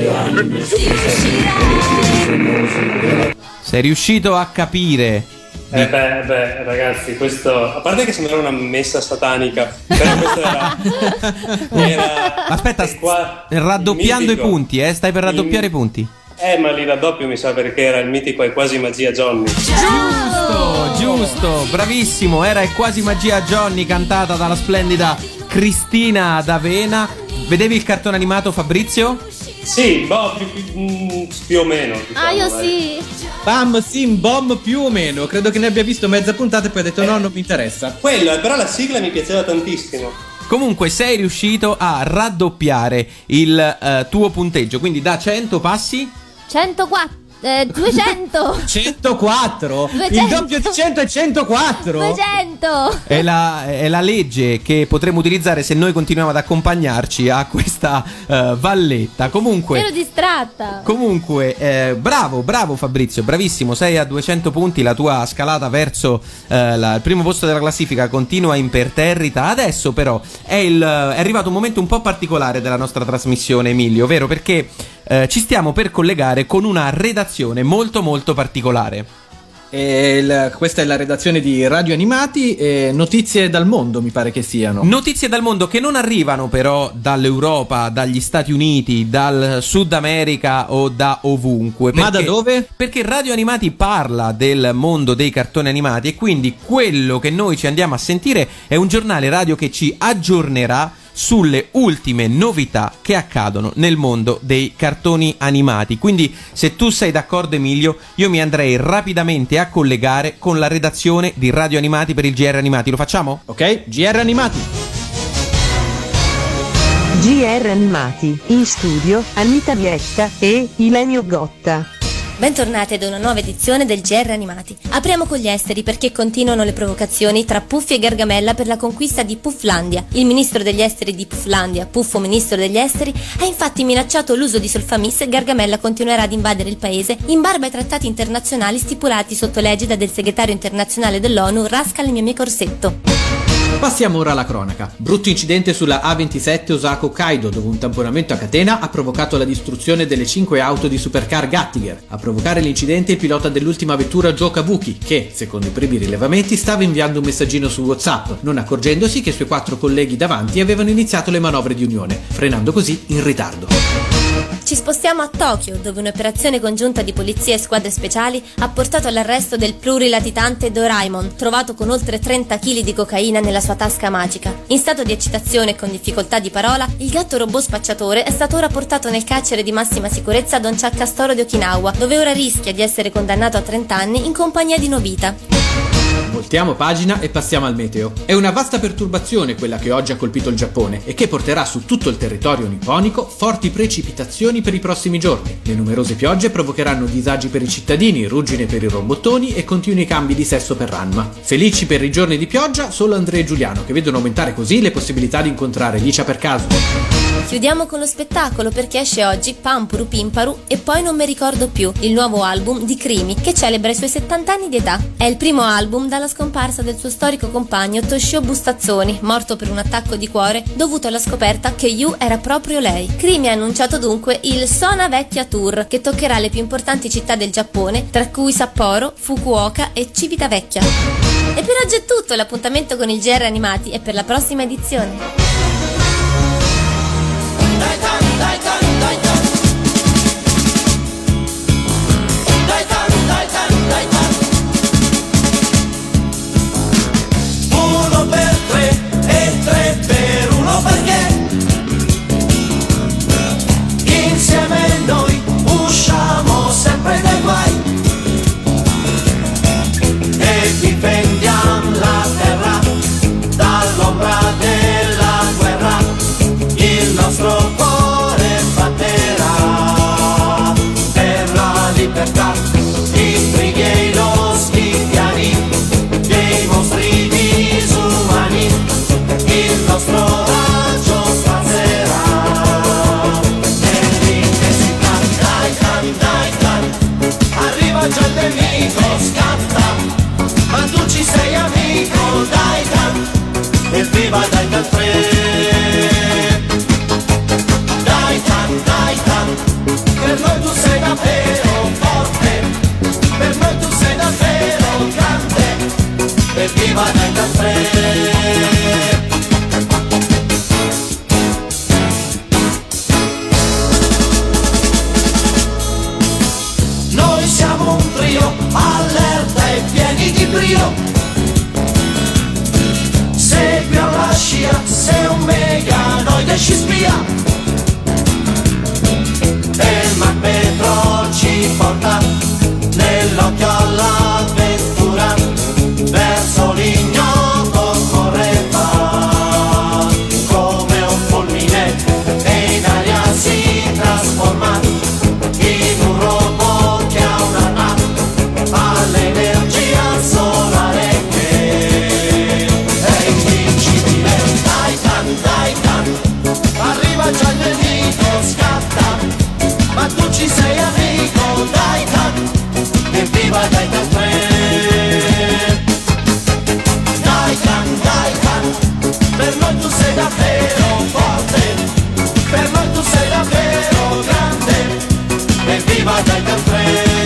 Sei riuscito a capire Beh, ragazzi, questo, a parte che sembra una messa satanica, però questo era Aspetta, raddoppiando i punti, stai per raddoppiare i punti. Ma li raddoppio, mi sa, perché era il mitico È quasi magia Johnny. Giusto, bravissimo, era È quasi magia Johnny, cantata dalla splendida Cristina D'Avena. Vedevi il cartone animato, Fabrizio? Sì, più o meno. Diciamo, io sì. Bam, sim, bom, più o meno. Credo che ne abbia visto mezza puntata e poi ha detto no, non mi interessa. Quello, però la sigla mi piaceva tantissimo. Comunque sei riuscito a raddoppiare il tuo punteggio, quindi da 100 passi 104. 200. 104? 200. Il doppio di 100 è 104. 200. È la legge che potremo utilizzare se noi continuiamo ad accompagnarci a questa valletta. Comunque ero distratta. Comunque bravo Fabrizio, bravissimo, sei a 200 punti. La tua scalata verso il primo posto della classifica continua imperterrita. Adesso però è arrivato un momento un po' particolare della nostra trasmissione, Emilio, vero? Perché ci stiamo per collegare con una redazione molto molto particolare. Questa è la redazione di Radio Animati, notizie dal mondo mi pare che siano. Notizie dal mondo che non arrivano però dall'Europa, dagli Stati Uniti, dal Sud America o da ovunque. Ma da dove? Perché Radio Animati parla del mondo dei cartoni animati e quindi quello che noi ci andiamo a sentire è un giornale radio che ci aggiornerà sulle ultime novità che accadono nel mondo dei cartoni animati. Quindi, se tu sei d'accordo, Emilio, io mi andrei rapidamente a collegare con la redazione di Radio Animati per il GR Animati. Lo facciamo? Ok, GR Animati. GR Animati, in studio Anita Vietta e Ilenio Gotta. Bentornati ad una nuova edizione del GR Animati. Apriamo con gli esteri perché continuano le provocazioni tra Puffi e Gargamella per la conquista di Pufflandia. Il ministro degli esteri di Pufflandia, Puffo ministro degli esteri, ha infatti minacciato l'uso di Solfamis e Gargamella continuerà ad invadere il paese in barba ai trattati internazionali stipulati sotto l'egida del segretario internazionale dell'ONU Rascal Mimé Corsetto. Passiamo ora alla cronaca. Brutto incidente sulla A27 Osaka-Hokkaido, dove un tamponamento a catena ha provocato la distruzione delle 5 auto di Supercar Gattiger. A provocare l'incidente il pilota dell'ultima vettura Joe Kabuki, che, secondo i primi rilevamenti, stava inviando un messaggino su WhatsApp, non accorgendosi che i suoi 4 colleghi davanti avevano iniziato le manovre di unione, frenando così in ritardo. Ci spostiamo a Tokyo, dove un'operazione congiunta di polizia e squadre speciali ha portato all'arresto del plurilatitante Doraemon, trovato con oltre 30 kg di cocaina nella sua tasca magica. In stato di eccitazione e con difficoltà di parola, il gatto robot spacciatore è stato ora portato nel carcere di massima sicurezza Don Castoro di Okinawa, dove ora rischia di essere condannato a 30 anni in compagnia di Nobita. Voltiamo pagina e passiamo al meteo. È una vasta perturbazione quella che oggi ha colpito il Giappone e che porterà su tutto il territorio nipponico forti precipitazioni per i prossimi giorni. Le numerose piogge provocheranno disagi per i cittadini, ruggine per i robottoni e continui cambi di sesso per Ranma. Felici per i giorni di pioggia solo Andrea e Giuliano, che vedono aumentare così le possibilità di incontrare Licia per caso. Chiudiamo con lo spettacolo perché esce oggi Pampuru Pimparu e poi non mi ricordo più, il nuovo album di Crimi che celebra i suoi 70 anni di età. È il primo album dalla scomparsa del suo storico compagno Toshio Bustazzoni, morto per un attacco di cuore dovuto alla scoperta che Yu era proprio lei. Crimi ha annunciato dunque il Sona Vecchia Tour che toccherà le più importanti città del Giappone, tra cui Sapporo, Fukuoka e Civitavecchia. E per oggi è tutto, l'appuntamento con il GR Animati è per la prossima edizione. Uno per tre e tre per uno perché insieme noi usciamo sempre dai guai e difendiamo la terra dall'ombra della brio. Segui alla scia, sei un meganoide ci spia. E il magneto ci porta nell'occhio all'avventura, verso l'ignoto correva come un fulmine e in aria si trasforma in un robot che ha un'arma all'energia solare che è invincibile. Daitan, arriva già il nemico, scatta, ma tu ci sei amico, Daitan, evviva Daitan 3. Daitan, per noi tu sei davvero forte, per noi tu sei davvero grande, evviva Daitan 3.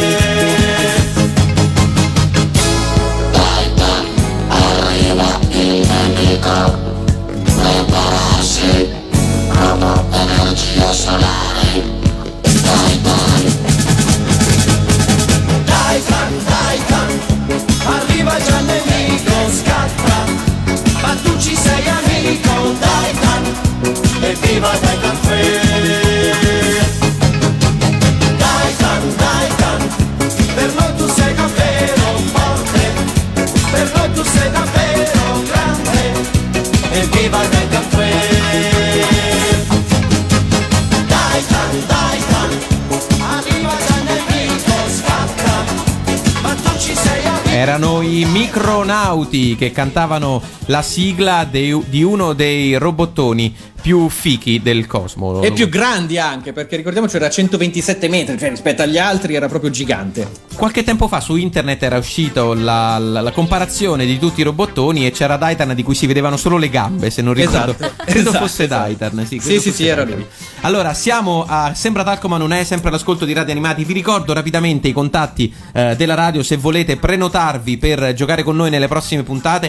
Daitan, arriva il nemico, prepararsi, robot energia solare. Daitan, arriva già il nemico, scatta, ma tu ci sei amico, Daitan, evviva Daitan 3. Daitan, per noi tu sei davvero forte, per noi tu sei davvero grande, evviva Daitan 3. Daitan, arriva già il nemico, scatta, ma tu ci sei amico. Erano i Micronauti che cantavano la sigla di uno dei robottoni più fichi del cosmo. E più grandi anche, perché ricordiamoci era 127 metri, cioè rispetto agli altri era proprio gigante. Qualche tempo fa su internet era uscito la comparazione di tutti i robottoni e c'era Daitan di cui si vedevano solo le gambe, se non ricordo. Credo fosse Daitan. Sì, era lui. Allora, siamo a Sembra Talco ma non è, sempre all'ascolto di Radio Animati. Vi ricordo rapidamente i contatti della radio se volete prenotarvi per giocare con noi nelle prossime puntate: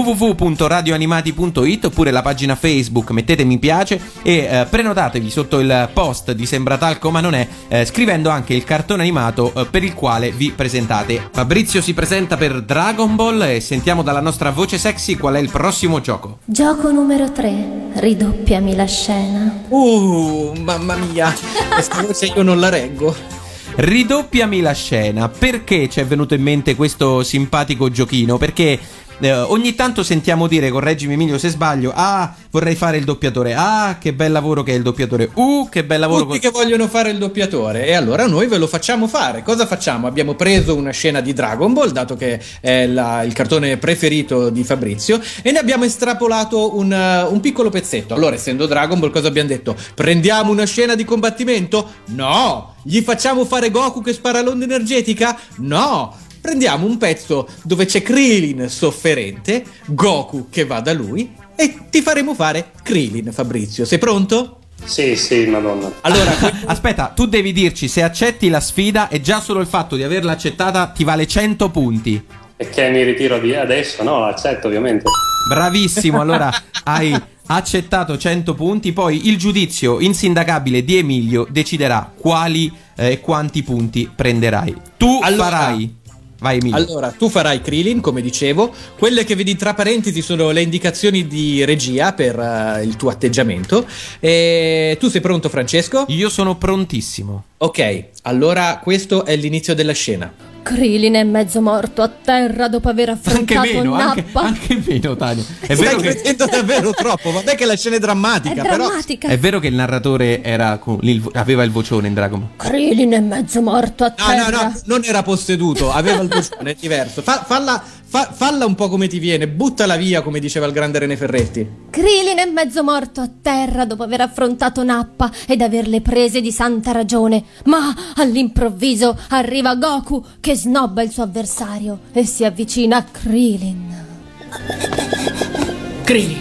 www.radioanimati.it oppure la pagina Facebook, mettete mi piace e prenotatevi sotto il post di Sembra Talco ma non è, scrivendo anche il cartone animato per il quale vi presentate. Fabrizio si presenta per Dragon Ball e sentiamo dalla nostra voce sexy qual è il prossimo gioco. Gioco numero 3. Ridoppiami la scena. Mamma mia, questa voce io non la reggo. Ridoppiami la scena. Perché ci è venuto in mente questo simpatico giochino? Perché ogni tanto sentiamo dire, correggimi Emilio se sbaglio, vorrei fare il doppiatore, che bel lavoro che è il doppiatore, che bel lavoro. Tutti che vogliono fare il doppiatore, e allora noi ve lo facciamo fare. Cosa facciamo? Abbiamo preso una scena di Dragon Ball, dato che è il cartone preferito di Fabrizio, e ne abbiamo estrapolato un piccolo pezzetto. Allora, essendo Dragon Ball, cosa abbiamo detto? Prendiamo una scena di combattimento? No! Gli facciamo fare Goku che spara l'onda energetica? No! Prendiamo un pezzo dove c'è Krillin sofferente, Goku che va da lui, e ti faremo fare Krillin, Fabrizio. Sei pronto? Sì, madonna. Allora, aspetta, tu devi dirci se accetti la sfida e già solo il fatto di averla accettata ti vale 100 punti. E che mi ritiro di adesso? No, accetto ovviamente. Bravissimo, allora hai accettato 100 punti, poi il giudizio insindacabile di Emilio deciderà quali e quanti punti prenderai. Tu farai... Vai Emilio. Allora, tu farai Krillin, come dicevo. Quelle che vedi tra parentesi sono le indicazioni di regia per il tuo atteggiamento. E tu sei pronto, Francesco? Io sono prontissimo. Ok, allora questo è l'inizio della scena. Krillin è mezzo morto a terra dopo aver affrontato Nappa. Anche meno, Tania. Stai credendo davvero troppo. Vabbè che la scena è drammatica. Drammatica. È vero che il narratore aveva il vocione in Dragon Ball. Krillin è mezzo morto a terra. No, non era posseduto, aveva il vocione, è diverso. Falla un po' come ti viene, buttala via, come diceva il grande René Ferretti. Krillin è mezzo morto a terra dopo aver affrontato Nappa ed averle prese di santa ragione. Ma all'improvviso arriva Goku che snobba il suo avversario e si avvicina a Krillin. Krillin.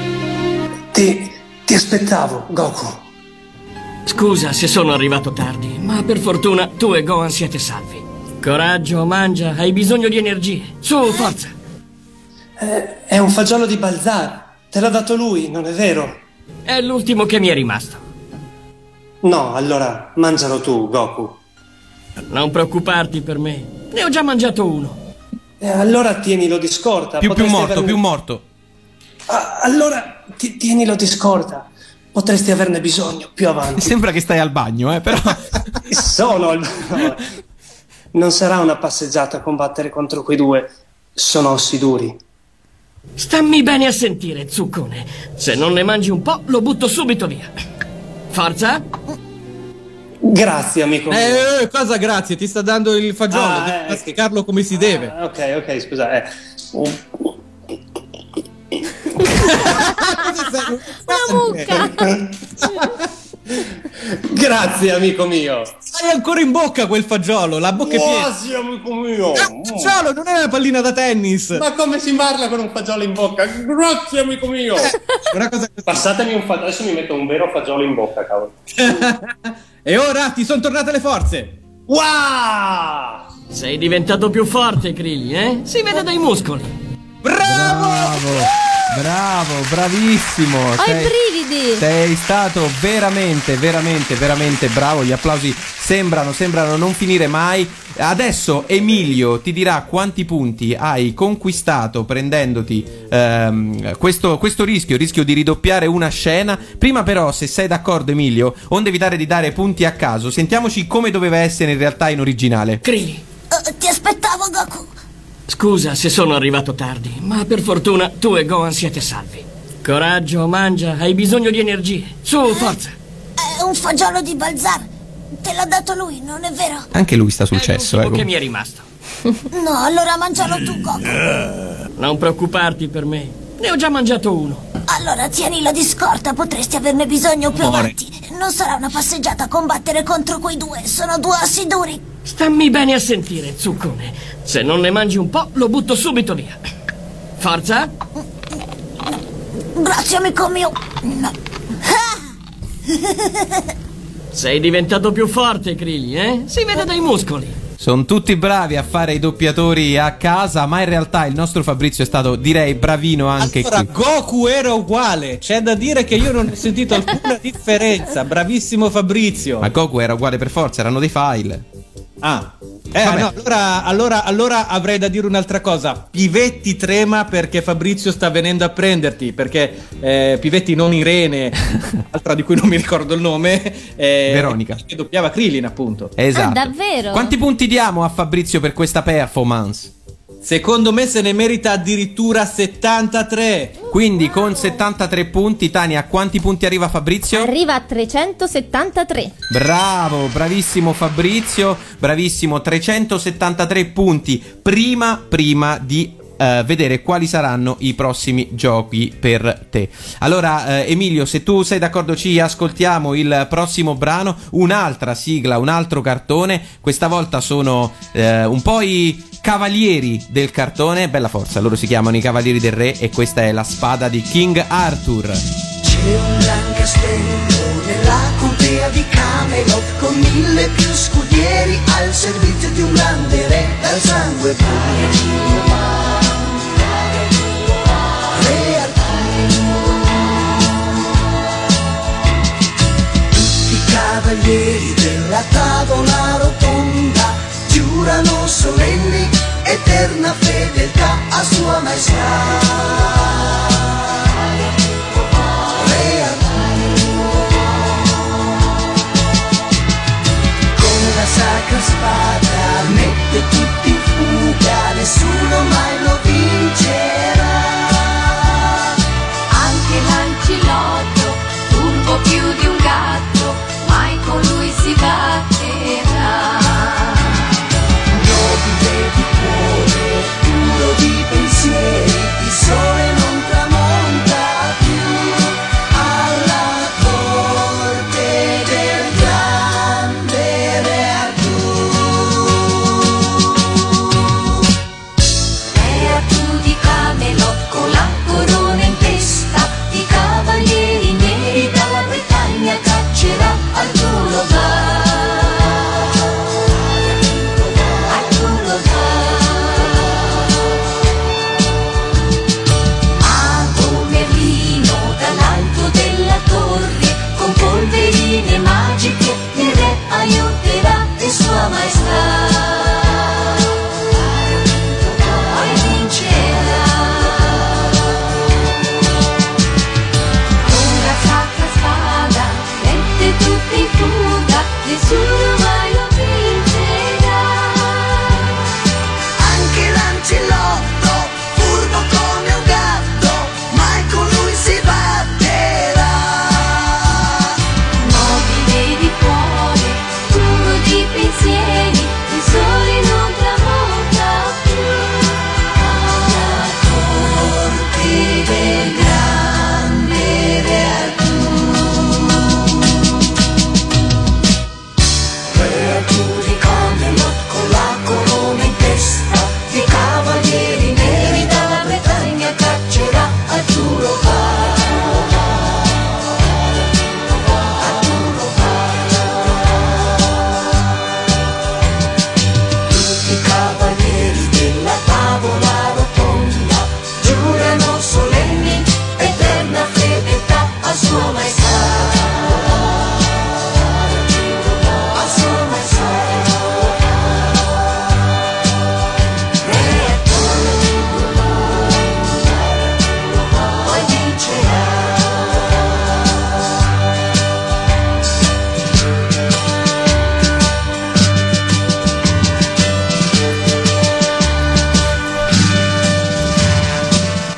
Ti aspettavo, Goku. Scusa se sono arrivato tardi, ma per fortuna tu e Gohan siete salvi. Coraggio, mangia, hai bisogno di energie. Su, forza! È un fagiolo di Balzar. Te l'ha dato lui, non è vero? È l'ultimo che mi è rimasto. No, allora mangialo tu, Goku. Non preoccuparti per me. Ne ho già mangiato uno. Allora tienilo di scorta. Più Potresti morto, averne- più morto. Allora tienilo di scorta. Potresti averne bisogno più avanti. Sembra che stai al bagno, però. Non sarà una passeggiata a combattere contro quei due. Sono ossi duri. Stammi bene a sentire, zuccone. Se non ne mangi un po', lo butto subito via. Forza? Grazie, amico mio. Cosa grazie? Ti sta dando il fagiolo, devi masticarlo come si deve. Ok, scusa. Una mucca! Grazie, amico mio. Hai ancora in bocca quel fagiolo, la bocca è piena. Grazie, amico mio. Fagiolo, non è una pallina da tennis. Ma come si parla con un fagiolo in bocca? Grazie, amico mio. Passatemi un fagiolo, adesso mi metto un vero fagiolo in bocca, cavolo. E ora ti sono tornate le forze. Wow! Sei diventato più forte, Krili, eh? Si vede dai muscoli. Bravo, bravissimo. Ho i brividi. Sei stato veramente bravo. Gli applausi sembrano non finire mai. Adesso Emilio ti dirà quanti punti hai conquistato prendendoti questo rischio di ridoppiare una scena. Prima però, se sei d'accordo, Emilio, onde evitare di dare punti a caso, sentiamoci come doveva essere in realtà in originale. Krili, Ti aspettavo, Goku. scusa se sono arrivato tardi, ma per fortuna tu e Gohan siete salvi. Coraggio, mangia, hai bisogno di energie. Su, forza. È un fagiolo di Balzar. Te l'ha dato lui, non è vero? Anche lui sta sul cesso, Che mi è rimasto. No, allora mangialo tu, Goku. Non preoccuparti per me, ne ho già mangiato uno. Allora tienilo di scorta, potresti averne bisogno più Amore. avanti. Non sarà una passeggiata a combattere contro quei due, sono due ossi duri. Stammi bene a sentire, zuccone. Se non ne mangi un po', lo butto subito via. Forza? Grazie, amico mio. No. Sei diventato più forte, Krili, eh? Si vede dai muscoli. Sono tutti bravi a fare i doppiatori a casa, ma in realtà il nostro Fabrizio è stato, direi, bravino anche Allora, qui. Goku era uguale. C'è da dire che io non ho sentito alcuna differenza. Bravissimo Fabrizio. Ma Goku era uguale per forza, erano dei file. No, allora avrei da dire un'altra cosa. Pivetti trema perché Fabrizio sta venendo a prenderti. Perché Pivetti, non Irene, altra di cui non mi ricordo il nome, Veronica, che doppiava Krillin, appunto. Esatto. davvero? Quanti punti diamo a Fabrizio per questa performance? Secondo me se ne merita addirittura 73. Quindi con 73 punti, Tania, a quanti punti arriva Fabrizio? Arriva a 373. Bravo, bravissimo Fabrizio, bravissimo, 373 punti prima di vedere quali saranno i prossimi giochi per te. Allora Emilio, se tu sei d'accordo, ci ascoltiamo il prossimo brano, un'altra sigla, un altro cartone. Questa volta sono un po' i cavalieri del cartone. Bella forza, loro si chiamano i Cavalieri del Re e questa è la spada di King Arthur. C'è un gran castello nella contea di Camelot con 1000 più scudieri al servizio di un grande re dal sangue puro. Re Arturo. Tutti i cavalieri della tavola rotonda giurano solenni eterna fedeltà a sua maestà. Sacra spada mette tutti in fuga, nessuno mai lo vincerà. Anche l'ancilotto, turbo più di un gatto, mai con lui si batterà. Nobile di cuore, puro di pensieri, il sole non tramonta più alla corte del grande re Arturo.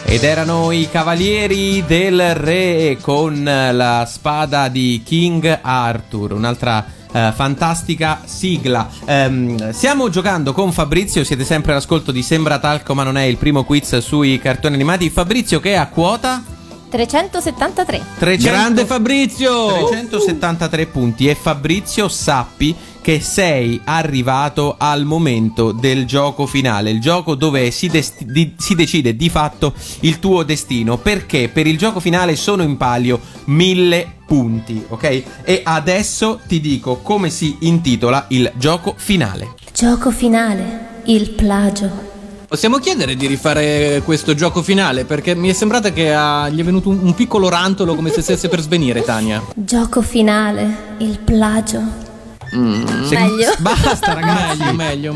Ed erano i Cavalieri del Re con la spada di King Arthur, un'altra fantastica sigla. Stiamo giocando con Fabrizio, siete sempre all'ascolto di Sembra Talco ma non è, il primo quiz sui cartoni animati. Fabrizio che è a quota? 373. Grande Fabrizio! 373 punti. E Fabrizio, sappi che sei arrivato al momento del gioco finale, il gioco dove si decide di fatto il tuo destino, perché per il gioco finale sono in palio 1000 punti, ok? E adesso ti dico come si intitola il gioco finale. Gioco finale, il plagio. Possiamo chiedere di rifare questo gioco finale? Perché mi è sembrata che gli è venuto un piccolo rantolo come se stesse per svenire, Tania. Gioco finale, il plagio. Meglio. Basta ragazzi, meglio.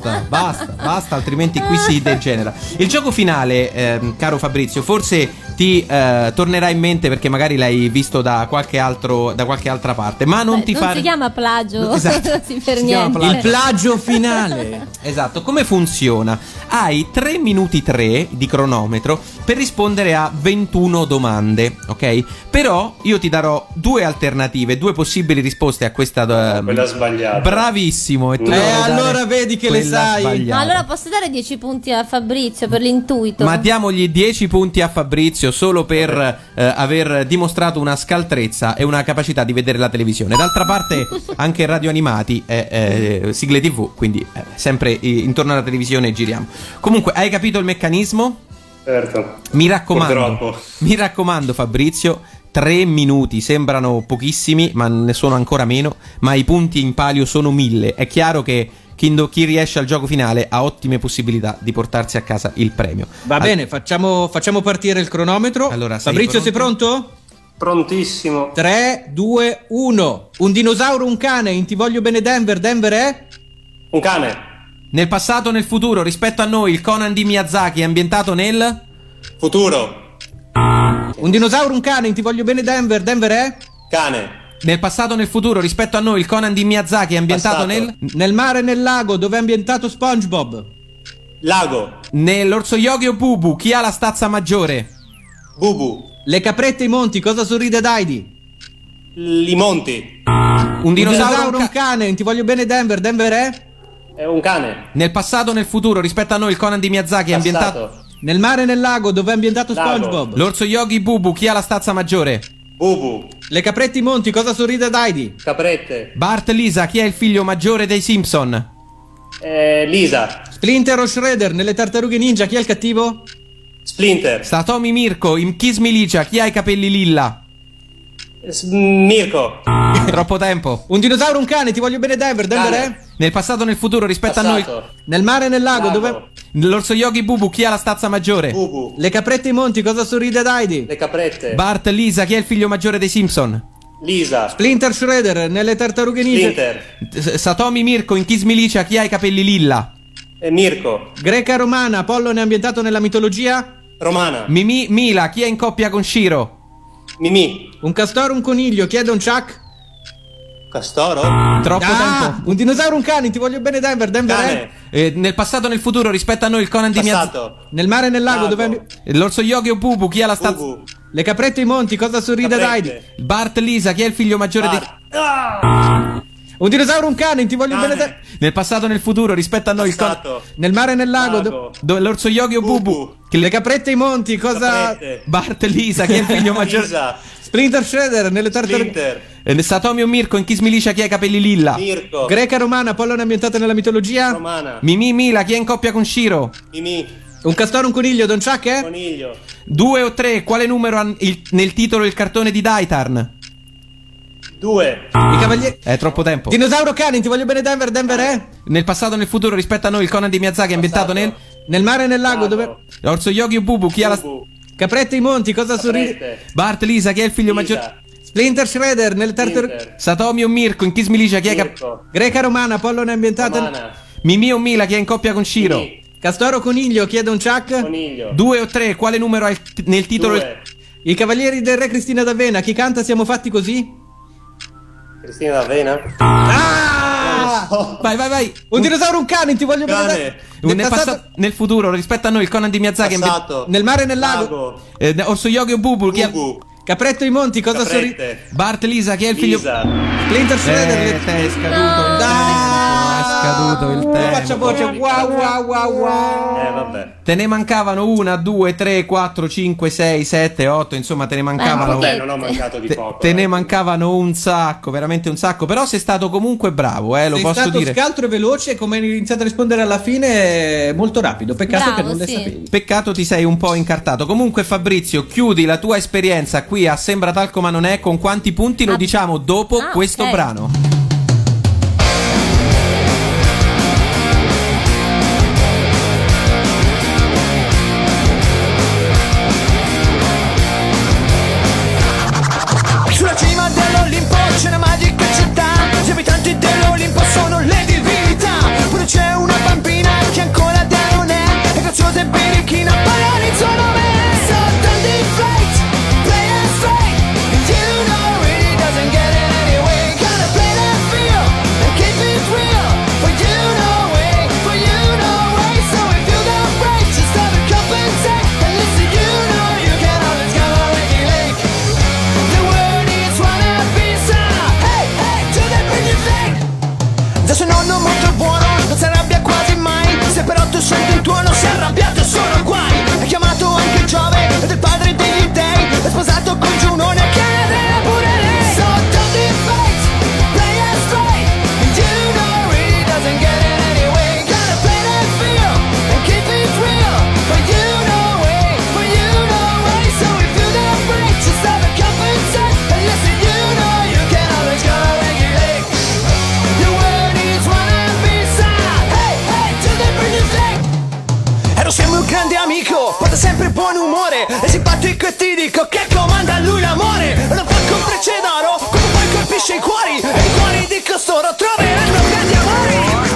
Basta, altrimenti qui si degenera. Il gioco finale, caro Fabrizio, forse ti tornerà in mente perché magari l'hai visto da qualche altra parte, ma non si chiama plagio. Esatto. Per niente. Il plagio finale. Esatto. Come funziona? Hai 3 minuti 3 di cronometro per rispondere a 21 domande, ok? Però io ti darò 2 alternative, 2 possibili risposte a questa quella sbagliata. Bravissimo. E tu allora vedi che le sai. Ma allora posso dare 10 punti a Fabrizio per l'intuito. Ma diamogli 10 punti a Fabrizio solo per aver dimostrato una scaltrezza e una capacità di vedere la televisione. D'altra parte anche Radio Animati è sigle TV, quindi sempre intorno alla televisione giriamo. Comunque, hai capito il meccanismo? Certo. Mi raccomando Fabrizio, 3 minuti sembrano pochissimi, ma ne sono ancora meno, ma i punti in palio sono 1000. È chiaro che chi riesce al gioco finale ha ottime possibilità di portarsi a casa il premio. Va bene, facciamo partire il cronometro. Allora, Fabrizio, sei pronto? Prontissimo. 3, 2, 1. Un dinosauro, un cane, in Ti voglio bene Denver. Denver è? Un cane. Nel passato o nel futuro, rispetto a noi, il Conan di Miyazaki è ambientato nel? Futuro. Un dinosauro, un cane, in Ti voglio bene Denver. Denver è? Cane. Nel passato o nel futuro, rispetto a noi, il Conan di Miyazaki è ambientato nel mare e nel lago, dove è ambientato SpongeBob. Lago. Nell'Orso Yogi o Bubu, chi ha la stazza maggiore? Bubu. Le caprette e i monti, cosa sorride Daidi? I monti. Un dinosauro, un cane, in Ti voglio bene Denver. Denver è un cane. Nel passato o nel futuro, rispetto a noi, il Conan di Miyazaki è ambientato nel mare e nel lago, dove è ambientato SpongeBob. L'Orso Yogi Bubu, chi ha la stazza maggiore? Bubu. Le caprette e i monti, cosa sorride Daidi? Caprette. Bart, Lisa, chi è il figlio maggiore dei Simpson? Lisa. Splinter o Shredder, nelle Tartarughe Ninja, chi è il cattivo? Splinter. Satomi Mirko, in Kiss Milicia, chi ha i capelli lilla? Mirko. Troppo tempo. Un dinosauro, un cane, Ti voglio bene Denver. Denver è? Nel passato o nel futuro, rispetto a noi, nel mare e nel lago, dove? L'Orso Yogi Bubu, chi ha la stazza maggiore? Bubu. Le caprette e i monti, cosa sorride Daidi? Le caprette. Bart, Lisa, chi è il figlio maggiore dei Simpson? Lisa. Splinter, Shredder, nelle Tartarughe Ninja. Splinter. Satomi Mirko, in Kiss Milicia, chi ha i capelli lilla? Mirko. Greca romana, Apollone è ambientato nella mitologia? Romana. Mimì Mila, chi è in coppia con Shiro? Mimì. Un castoro, un coniglio, chi è Don Chuck? Castoro? Troppo tempo. Un dinosauro, un cane, Ti voglio bene Denver. Denver cane. è? Nel passato o nel futuro, rispetto a noi, il Conan di Miyazaki. Nel mare e nel lago, dove? L'Orso Yogi o Bubu, chi ha la stazza? Bubu. Le caprette e i monti, cosa sorride Daidi? Bart, Lisa, chi è il figlio maggiore dei... Un dinosauro, un cane, Ti voglio bene Denver. Nel passato o nel futuro, rispetto a noi, nel mare e nel lago, l'Orso Yogi o Bubu. Le caprette e i monti, cosa? Caprette. Bart, Lisa, chi è il figlio maggiore? Lisa. Splinter, Shredder, nelle Tartarughe. Splinter. Satomi o Mirko, in Kiss Milicia, chi ha i capelli lilla? Mirko. Greca romana, Apollone è ambientata nella mitologia? Romana. Mimì Mila, chi è in coppia con Shiro? Mimì. Un castoro, un coniglio, Don Chuck è? Coniglio. 2 o 3, quale numero ha nel titolo il cartone di Daitarn? 2. I cavalieri. È troppo tempo. Dinosauro, cane, Ti voglio bene Denver. Denver è? Nel passato o nel futuro, rispetto a noi, il Conan di Miyazaki è ambientato nel mare e nel lago, dove? L'Orso Yogi o Bubu, chi ha la... Caprette e i monti, cosa sorride? Bart, Lisa, chi è il figlio maggiore? Splinter, Shredder, nelle Tartarughe. Satomi o Mirko, in Kiss Milicia, chi è Greca romana, Apollone è ambientata. Mimì o Mila, chi è in coppia con Shiro? Castoro, coniglio, chi è Don Chuck? Coniglio. 2 o 3, quale numero ha nel titolo? 2. I cavalieri del re Cristina d'Avena, chi canta Siamo fatti così? Cristina d'Avena. Vai. Un dinosauro, un cane, ti voglio vedere. Nel futuro, rispetto a noi, il Conan di Miyazaki. Nel mare e nel lago. Orso Yogi o Bubu. Capretto i monti, cosa sorride? Bart, Lisa, chi è il figlio? Splinter Shredder. È scaduto il tempo. Faccia voce. Wow. Vabbè. Te ne mancavano 1, 2, 3, 4, 5, 6, 7, 8. Insomma, te ne mancavano. Vabbè, non ho mancato di poco. Te ne mancavano un sacco, veramente un sacco. Però sei stato comunque bravo, lo posso dire. Sei stato scaltro e veloce, come hai iniziato a rispondere alla fine, molto rapido. Peccato che non le sapevi. Peccato ti sei un po' incartato. Comunque, Fabrizio, chiudi la tua esperienza qui a Sembra Talco ma non è. Con quanti punti lo diciamo dopo questo brano. Sulla cima dell'Olimpo c'è una magica città. Gli abitanti dell'Olimpo sono le divinità. Pure c'è una bambina che ancora da non è graziosa e birichina, parla il suo nome. So Dundee Flight, play it straight. You know he doesn't get it anyway. Gotta play that feel and keep it real. For you know way, for you know way. So if you don't break, just start to compensate. And listen, you know you can always come and regulate. The world is wanna be sana. Hey, to the pretty thing. Da suo nonno molto buono, non si arrabbia quasi mai. Se però tu senti il tuono, si è arrabbiato e sono guai. È chiamato anche Giove, ed è il padre degli dei. È sposato con Giunone, che ne pure lei. So Dundee Fight, play it straight. You know he doesn't get it anyway. Gotta play that feel and keep it real. For you know way, for you know way. So if you don't break, just have a compensate. And listen, you know you can always go regulate. The world needs wanna be sana. Hey, to the pretty thing. Ero sempre un grande amico, porta sempre buon umore. È simpatico e ti dico che comanda a lui l'amore. Lo fa con frecce d'oro, come poi colpisce i cuori. E i cuori di costoro troveranno grandi amori.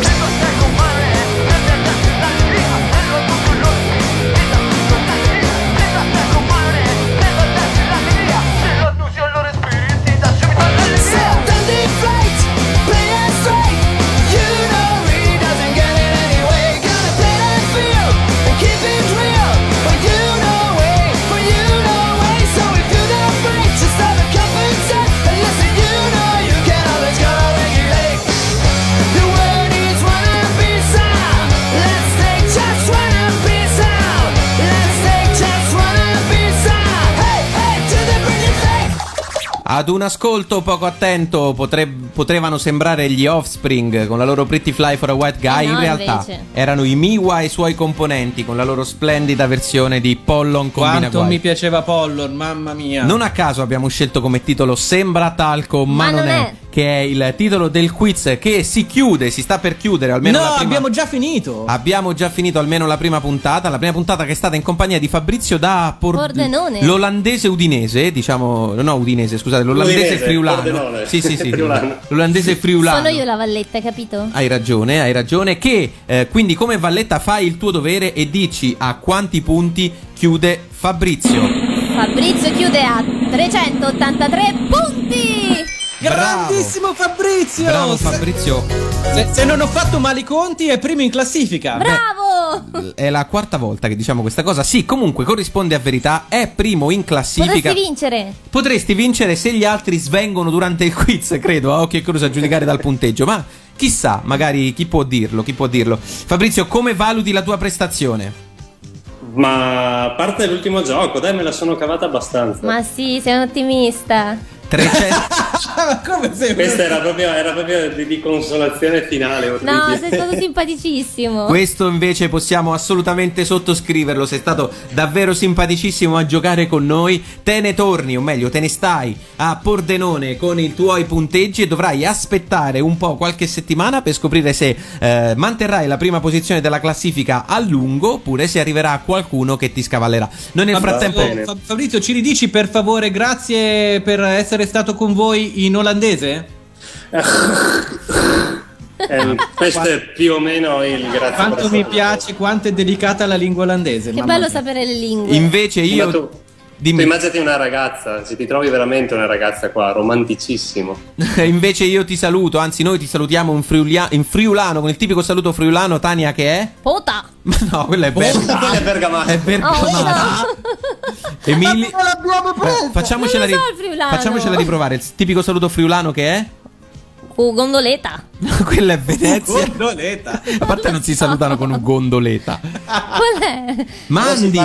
So Dundee Flight, play it straight. You know he doesn't get it anyway. Gotta play that feel and keep it real. For you know way, for you know way. So if you don't break, just have a compensate. And listen, you know you can always go regulate. The world needs wanna be sound. Let's take just wanna be sound. Let's take just wanna be sound. Hey, to the pretty thing. Ad un ascolto poco attento potevano sembrare gli Offspring con la loro Pretty Fly for a White Guy. No, in realtà invece erano i Miwa e i suoi componenti con la loro splendida versione di Pollon Combina Quanto Guai. mi piaceva Pollon, mamma mia. Non a caso abbiamo scelto come titolo Sembra Talco ma non è, che è il titolo del quiz che si chiude, si sta per chiudere almeno la prima. Abbiamo già finito. Abbiamo già finito almeno la prima puntata che è stata in compagnia di Fabrizio da Pordenone. L'olandese udinese, diciamo, no udinese, scusate, l'olandese friulano. Pordenone. Sì, Friulano. L'olandese friulano. Sono io la Valletta, capito? Hai ragione, che quindi come Valletta fai il tuo dovere e dici a quanti punti chiude Fabrizio. Fabrizio chiude a 383 punti. Grandissimo Fabrizio. Bravo Fabrizio. Se non ho fatto male i conti è primo in classifica. Bravo. È la quarta volta che diciamo questa cosa. Sì, comunque corrisponde a verità. È primo in classifica. Potresti vincere se gli altri svengono durante il quiz, credo, a occhio e croce a giudicare dal punteggio. Ma chissà, magari chi può dirlo. Fabrizio, come valuti la tua prestazione? Ma a parte l'ultimo gioco, dai, me la sono cavata abbastanza. Ma sì, sei un ottimista. 300. Ma come sei? Questa era proprio di consolazione finale. No, sei stato simpaticissimo. Questo invece possiamo assolutamente sottoscriverlo. Sei stato davvero simpaticissimo a giocare con noi. Te ne torni, o meglio te ne stai a Pordenone con i tuoi punteggi e dovrai aspettare un po', qualche settimana, per scoprire se manterrai la prima posizione della classifica a lungo oppure se arriverà qualcuno che ti scavallerà. Noi nel frattempo Fabrizio, ci ridici per favore grazie per essere stato con voi in olandese? Questo è più o meno il grazie. Quanto mi piace, quanto è delicata la lingua olandese. Che bello sapere le lingue. Invece io Dimmi. Tu immaginati una ragazza, se ti trovi veramente una ragazza qua, romanticissimo. Invece io ti saluto, anzi noi ti salutiamo in friulano, con il tipico saluto friulano. Tania, che è? Pota! Ma no, quella è quella è bergamasca. È bergamasca. Emilio, facciamocela riprovare. Il tipico saluto friulano che è? Gondoleta. Quella è Venezia. Gondoleta. A parte non si salutano con un gondoleta. Qual è? Mandi.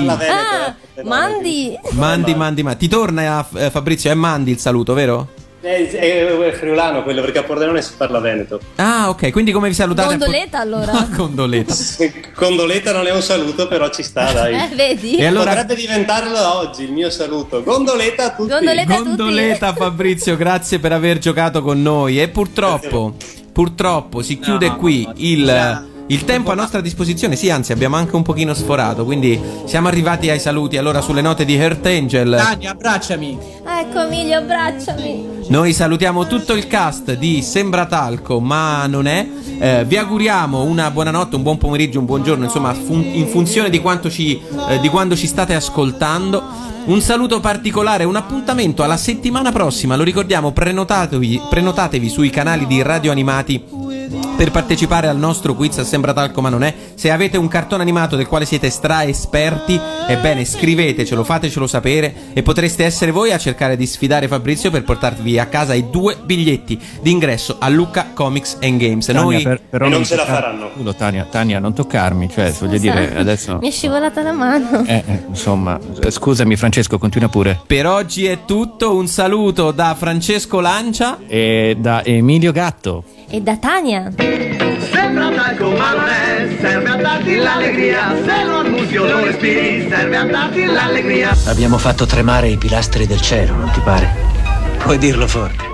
Mandi. Ti torna Fabrizio? È Mandi il saluto, vero? È friulano quello, perché a Pordenone si parla veneto. Ah, ok, quindi come vi salutate? Gondoleta allora. Gondoleta. Gondoleta non è un saluto, però ci sta, dai. Vedi? E allora... potrebbe diventarlo da oggi il mio saluto. Gondoleta a tutti. Gondoleta Fabrizio, grazie per aver giocato con noi. E purtroppo si chiude qui il tempo a nostra disposizione. Sì, anzi abbiamo anche un pochino sforato, quindi siamo arrivati ai saluti. Allora, sulle note di Heart Angel, Tania, abbracciami. Ecco Emilio, abbracciami. noi salutiamo tutto il cast di Sembra Talco ma non è. Vi auguriamo una buonanotte, un buon pomeriggio, un buon giorno, insomma in funzione di quando ci state ascoltando. Un saluto particolare, un appuntamento alla settimana prossima. Lo ricordiamo, prenotatevi sui canali di Radio Animati per partecipare al nostro quiz Sembra Talco ma non è. Se avete un cartone animato del quale siete stra esperti, ebbene scrivetecelo, fatecelo sapere, e potreste essere voi a cercare di sfidare Fabrizio per portarvi a casa i 2 biglietti d'ingresso a Lucca Comics and Games. Tania, Noi però non ce la faranno. Tania, non toccarmi, cioè voglio dire adesso. Mi è scivolata la mano. Insomma, scusami Francesco, continua pure. per oggi è tutto. Un saluto da Francesco Lancia E da Emilio Gatto. E da Tania. Sembra talco ma non è, serve a darti l'allegria. Se lo annusi o lo respiri, serve a darti l'allegria. Abbiamo fatto tremare i pilastri del cielo, non ti pare? Puoi dirlo forte.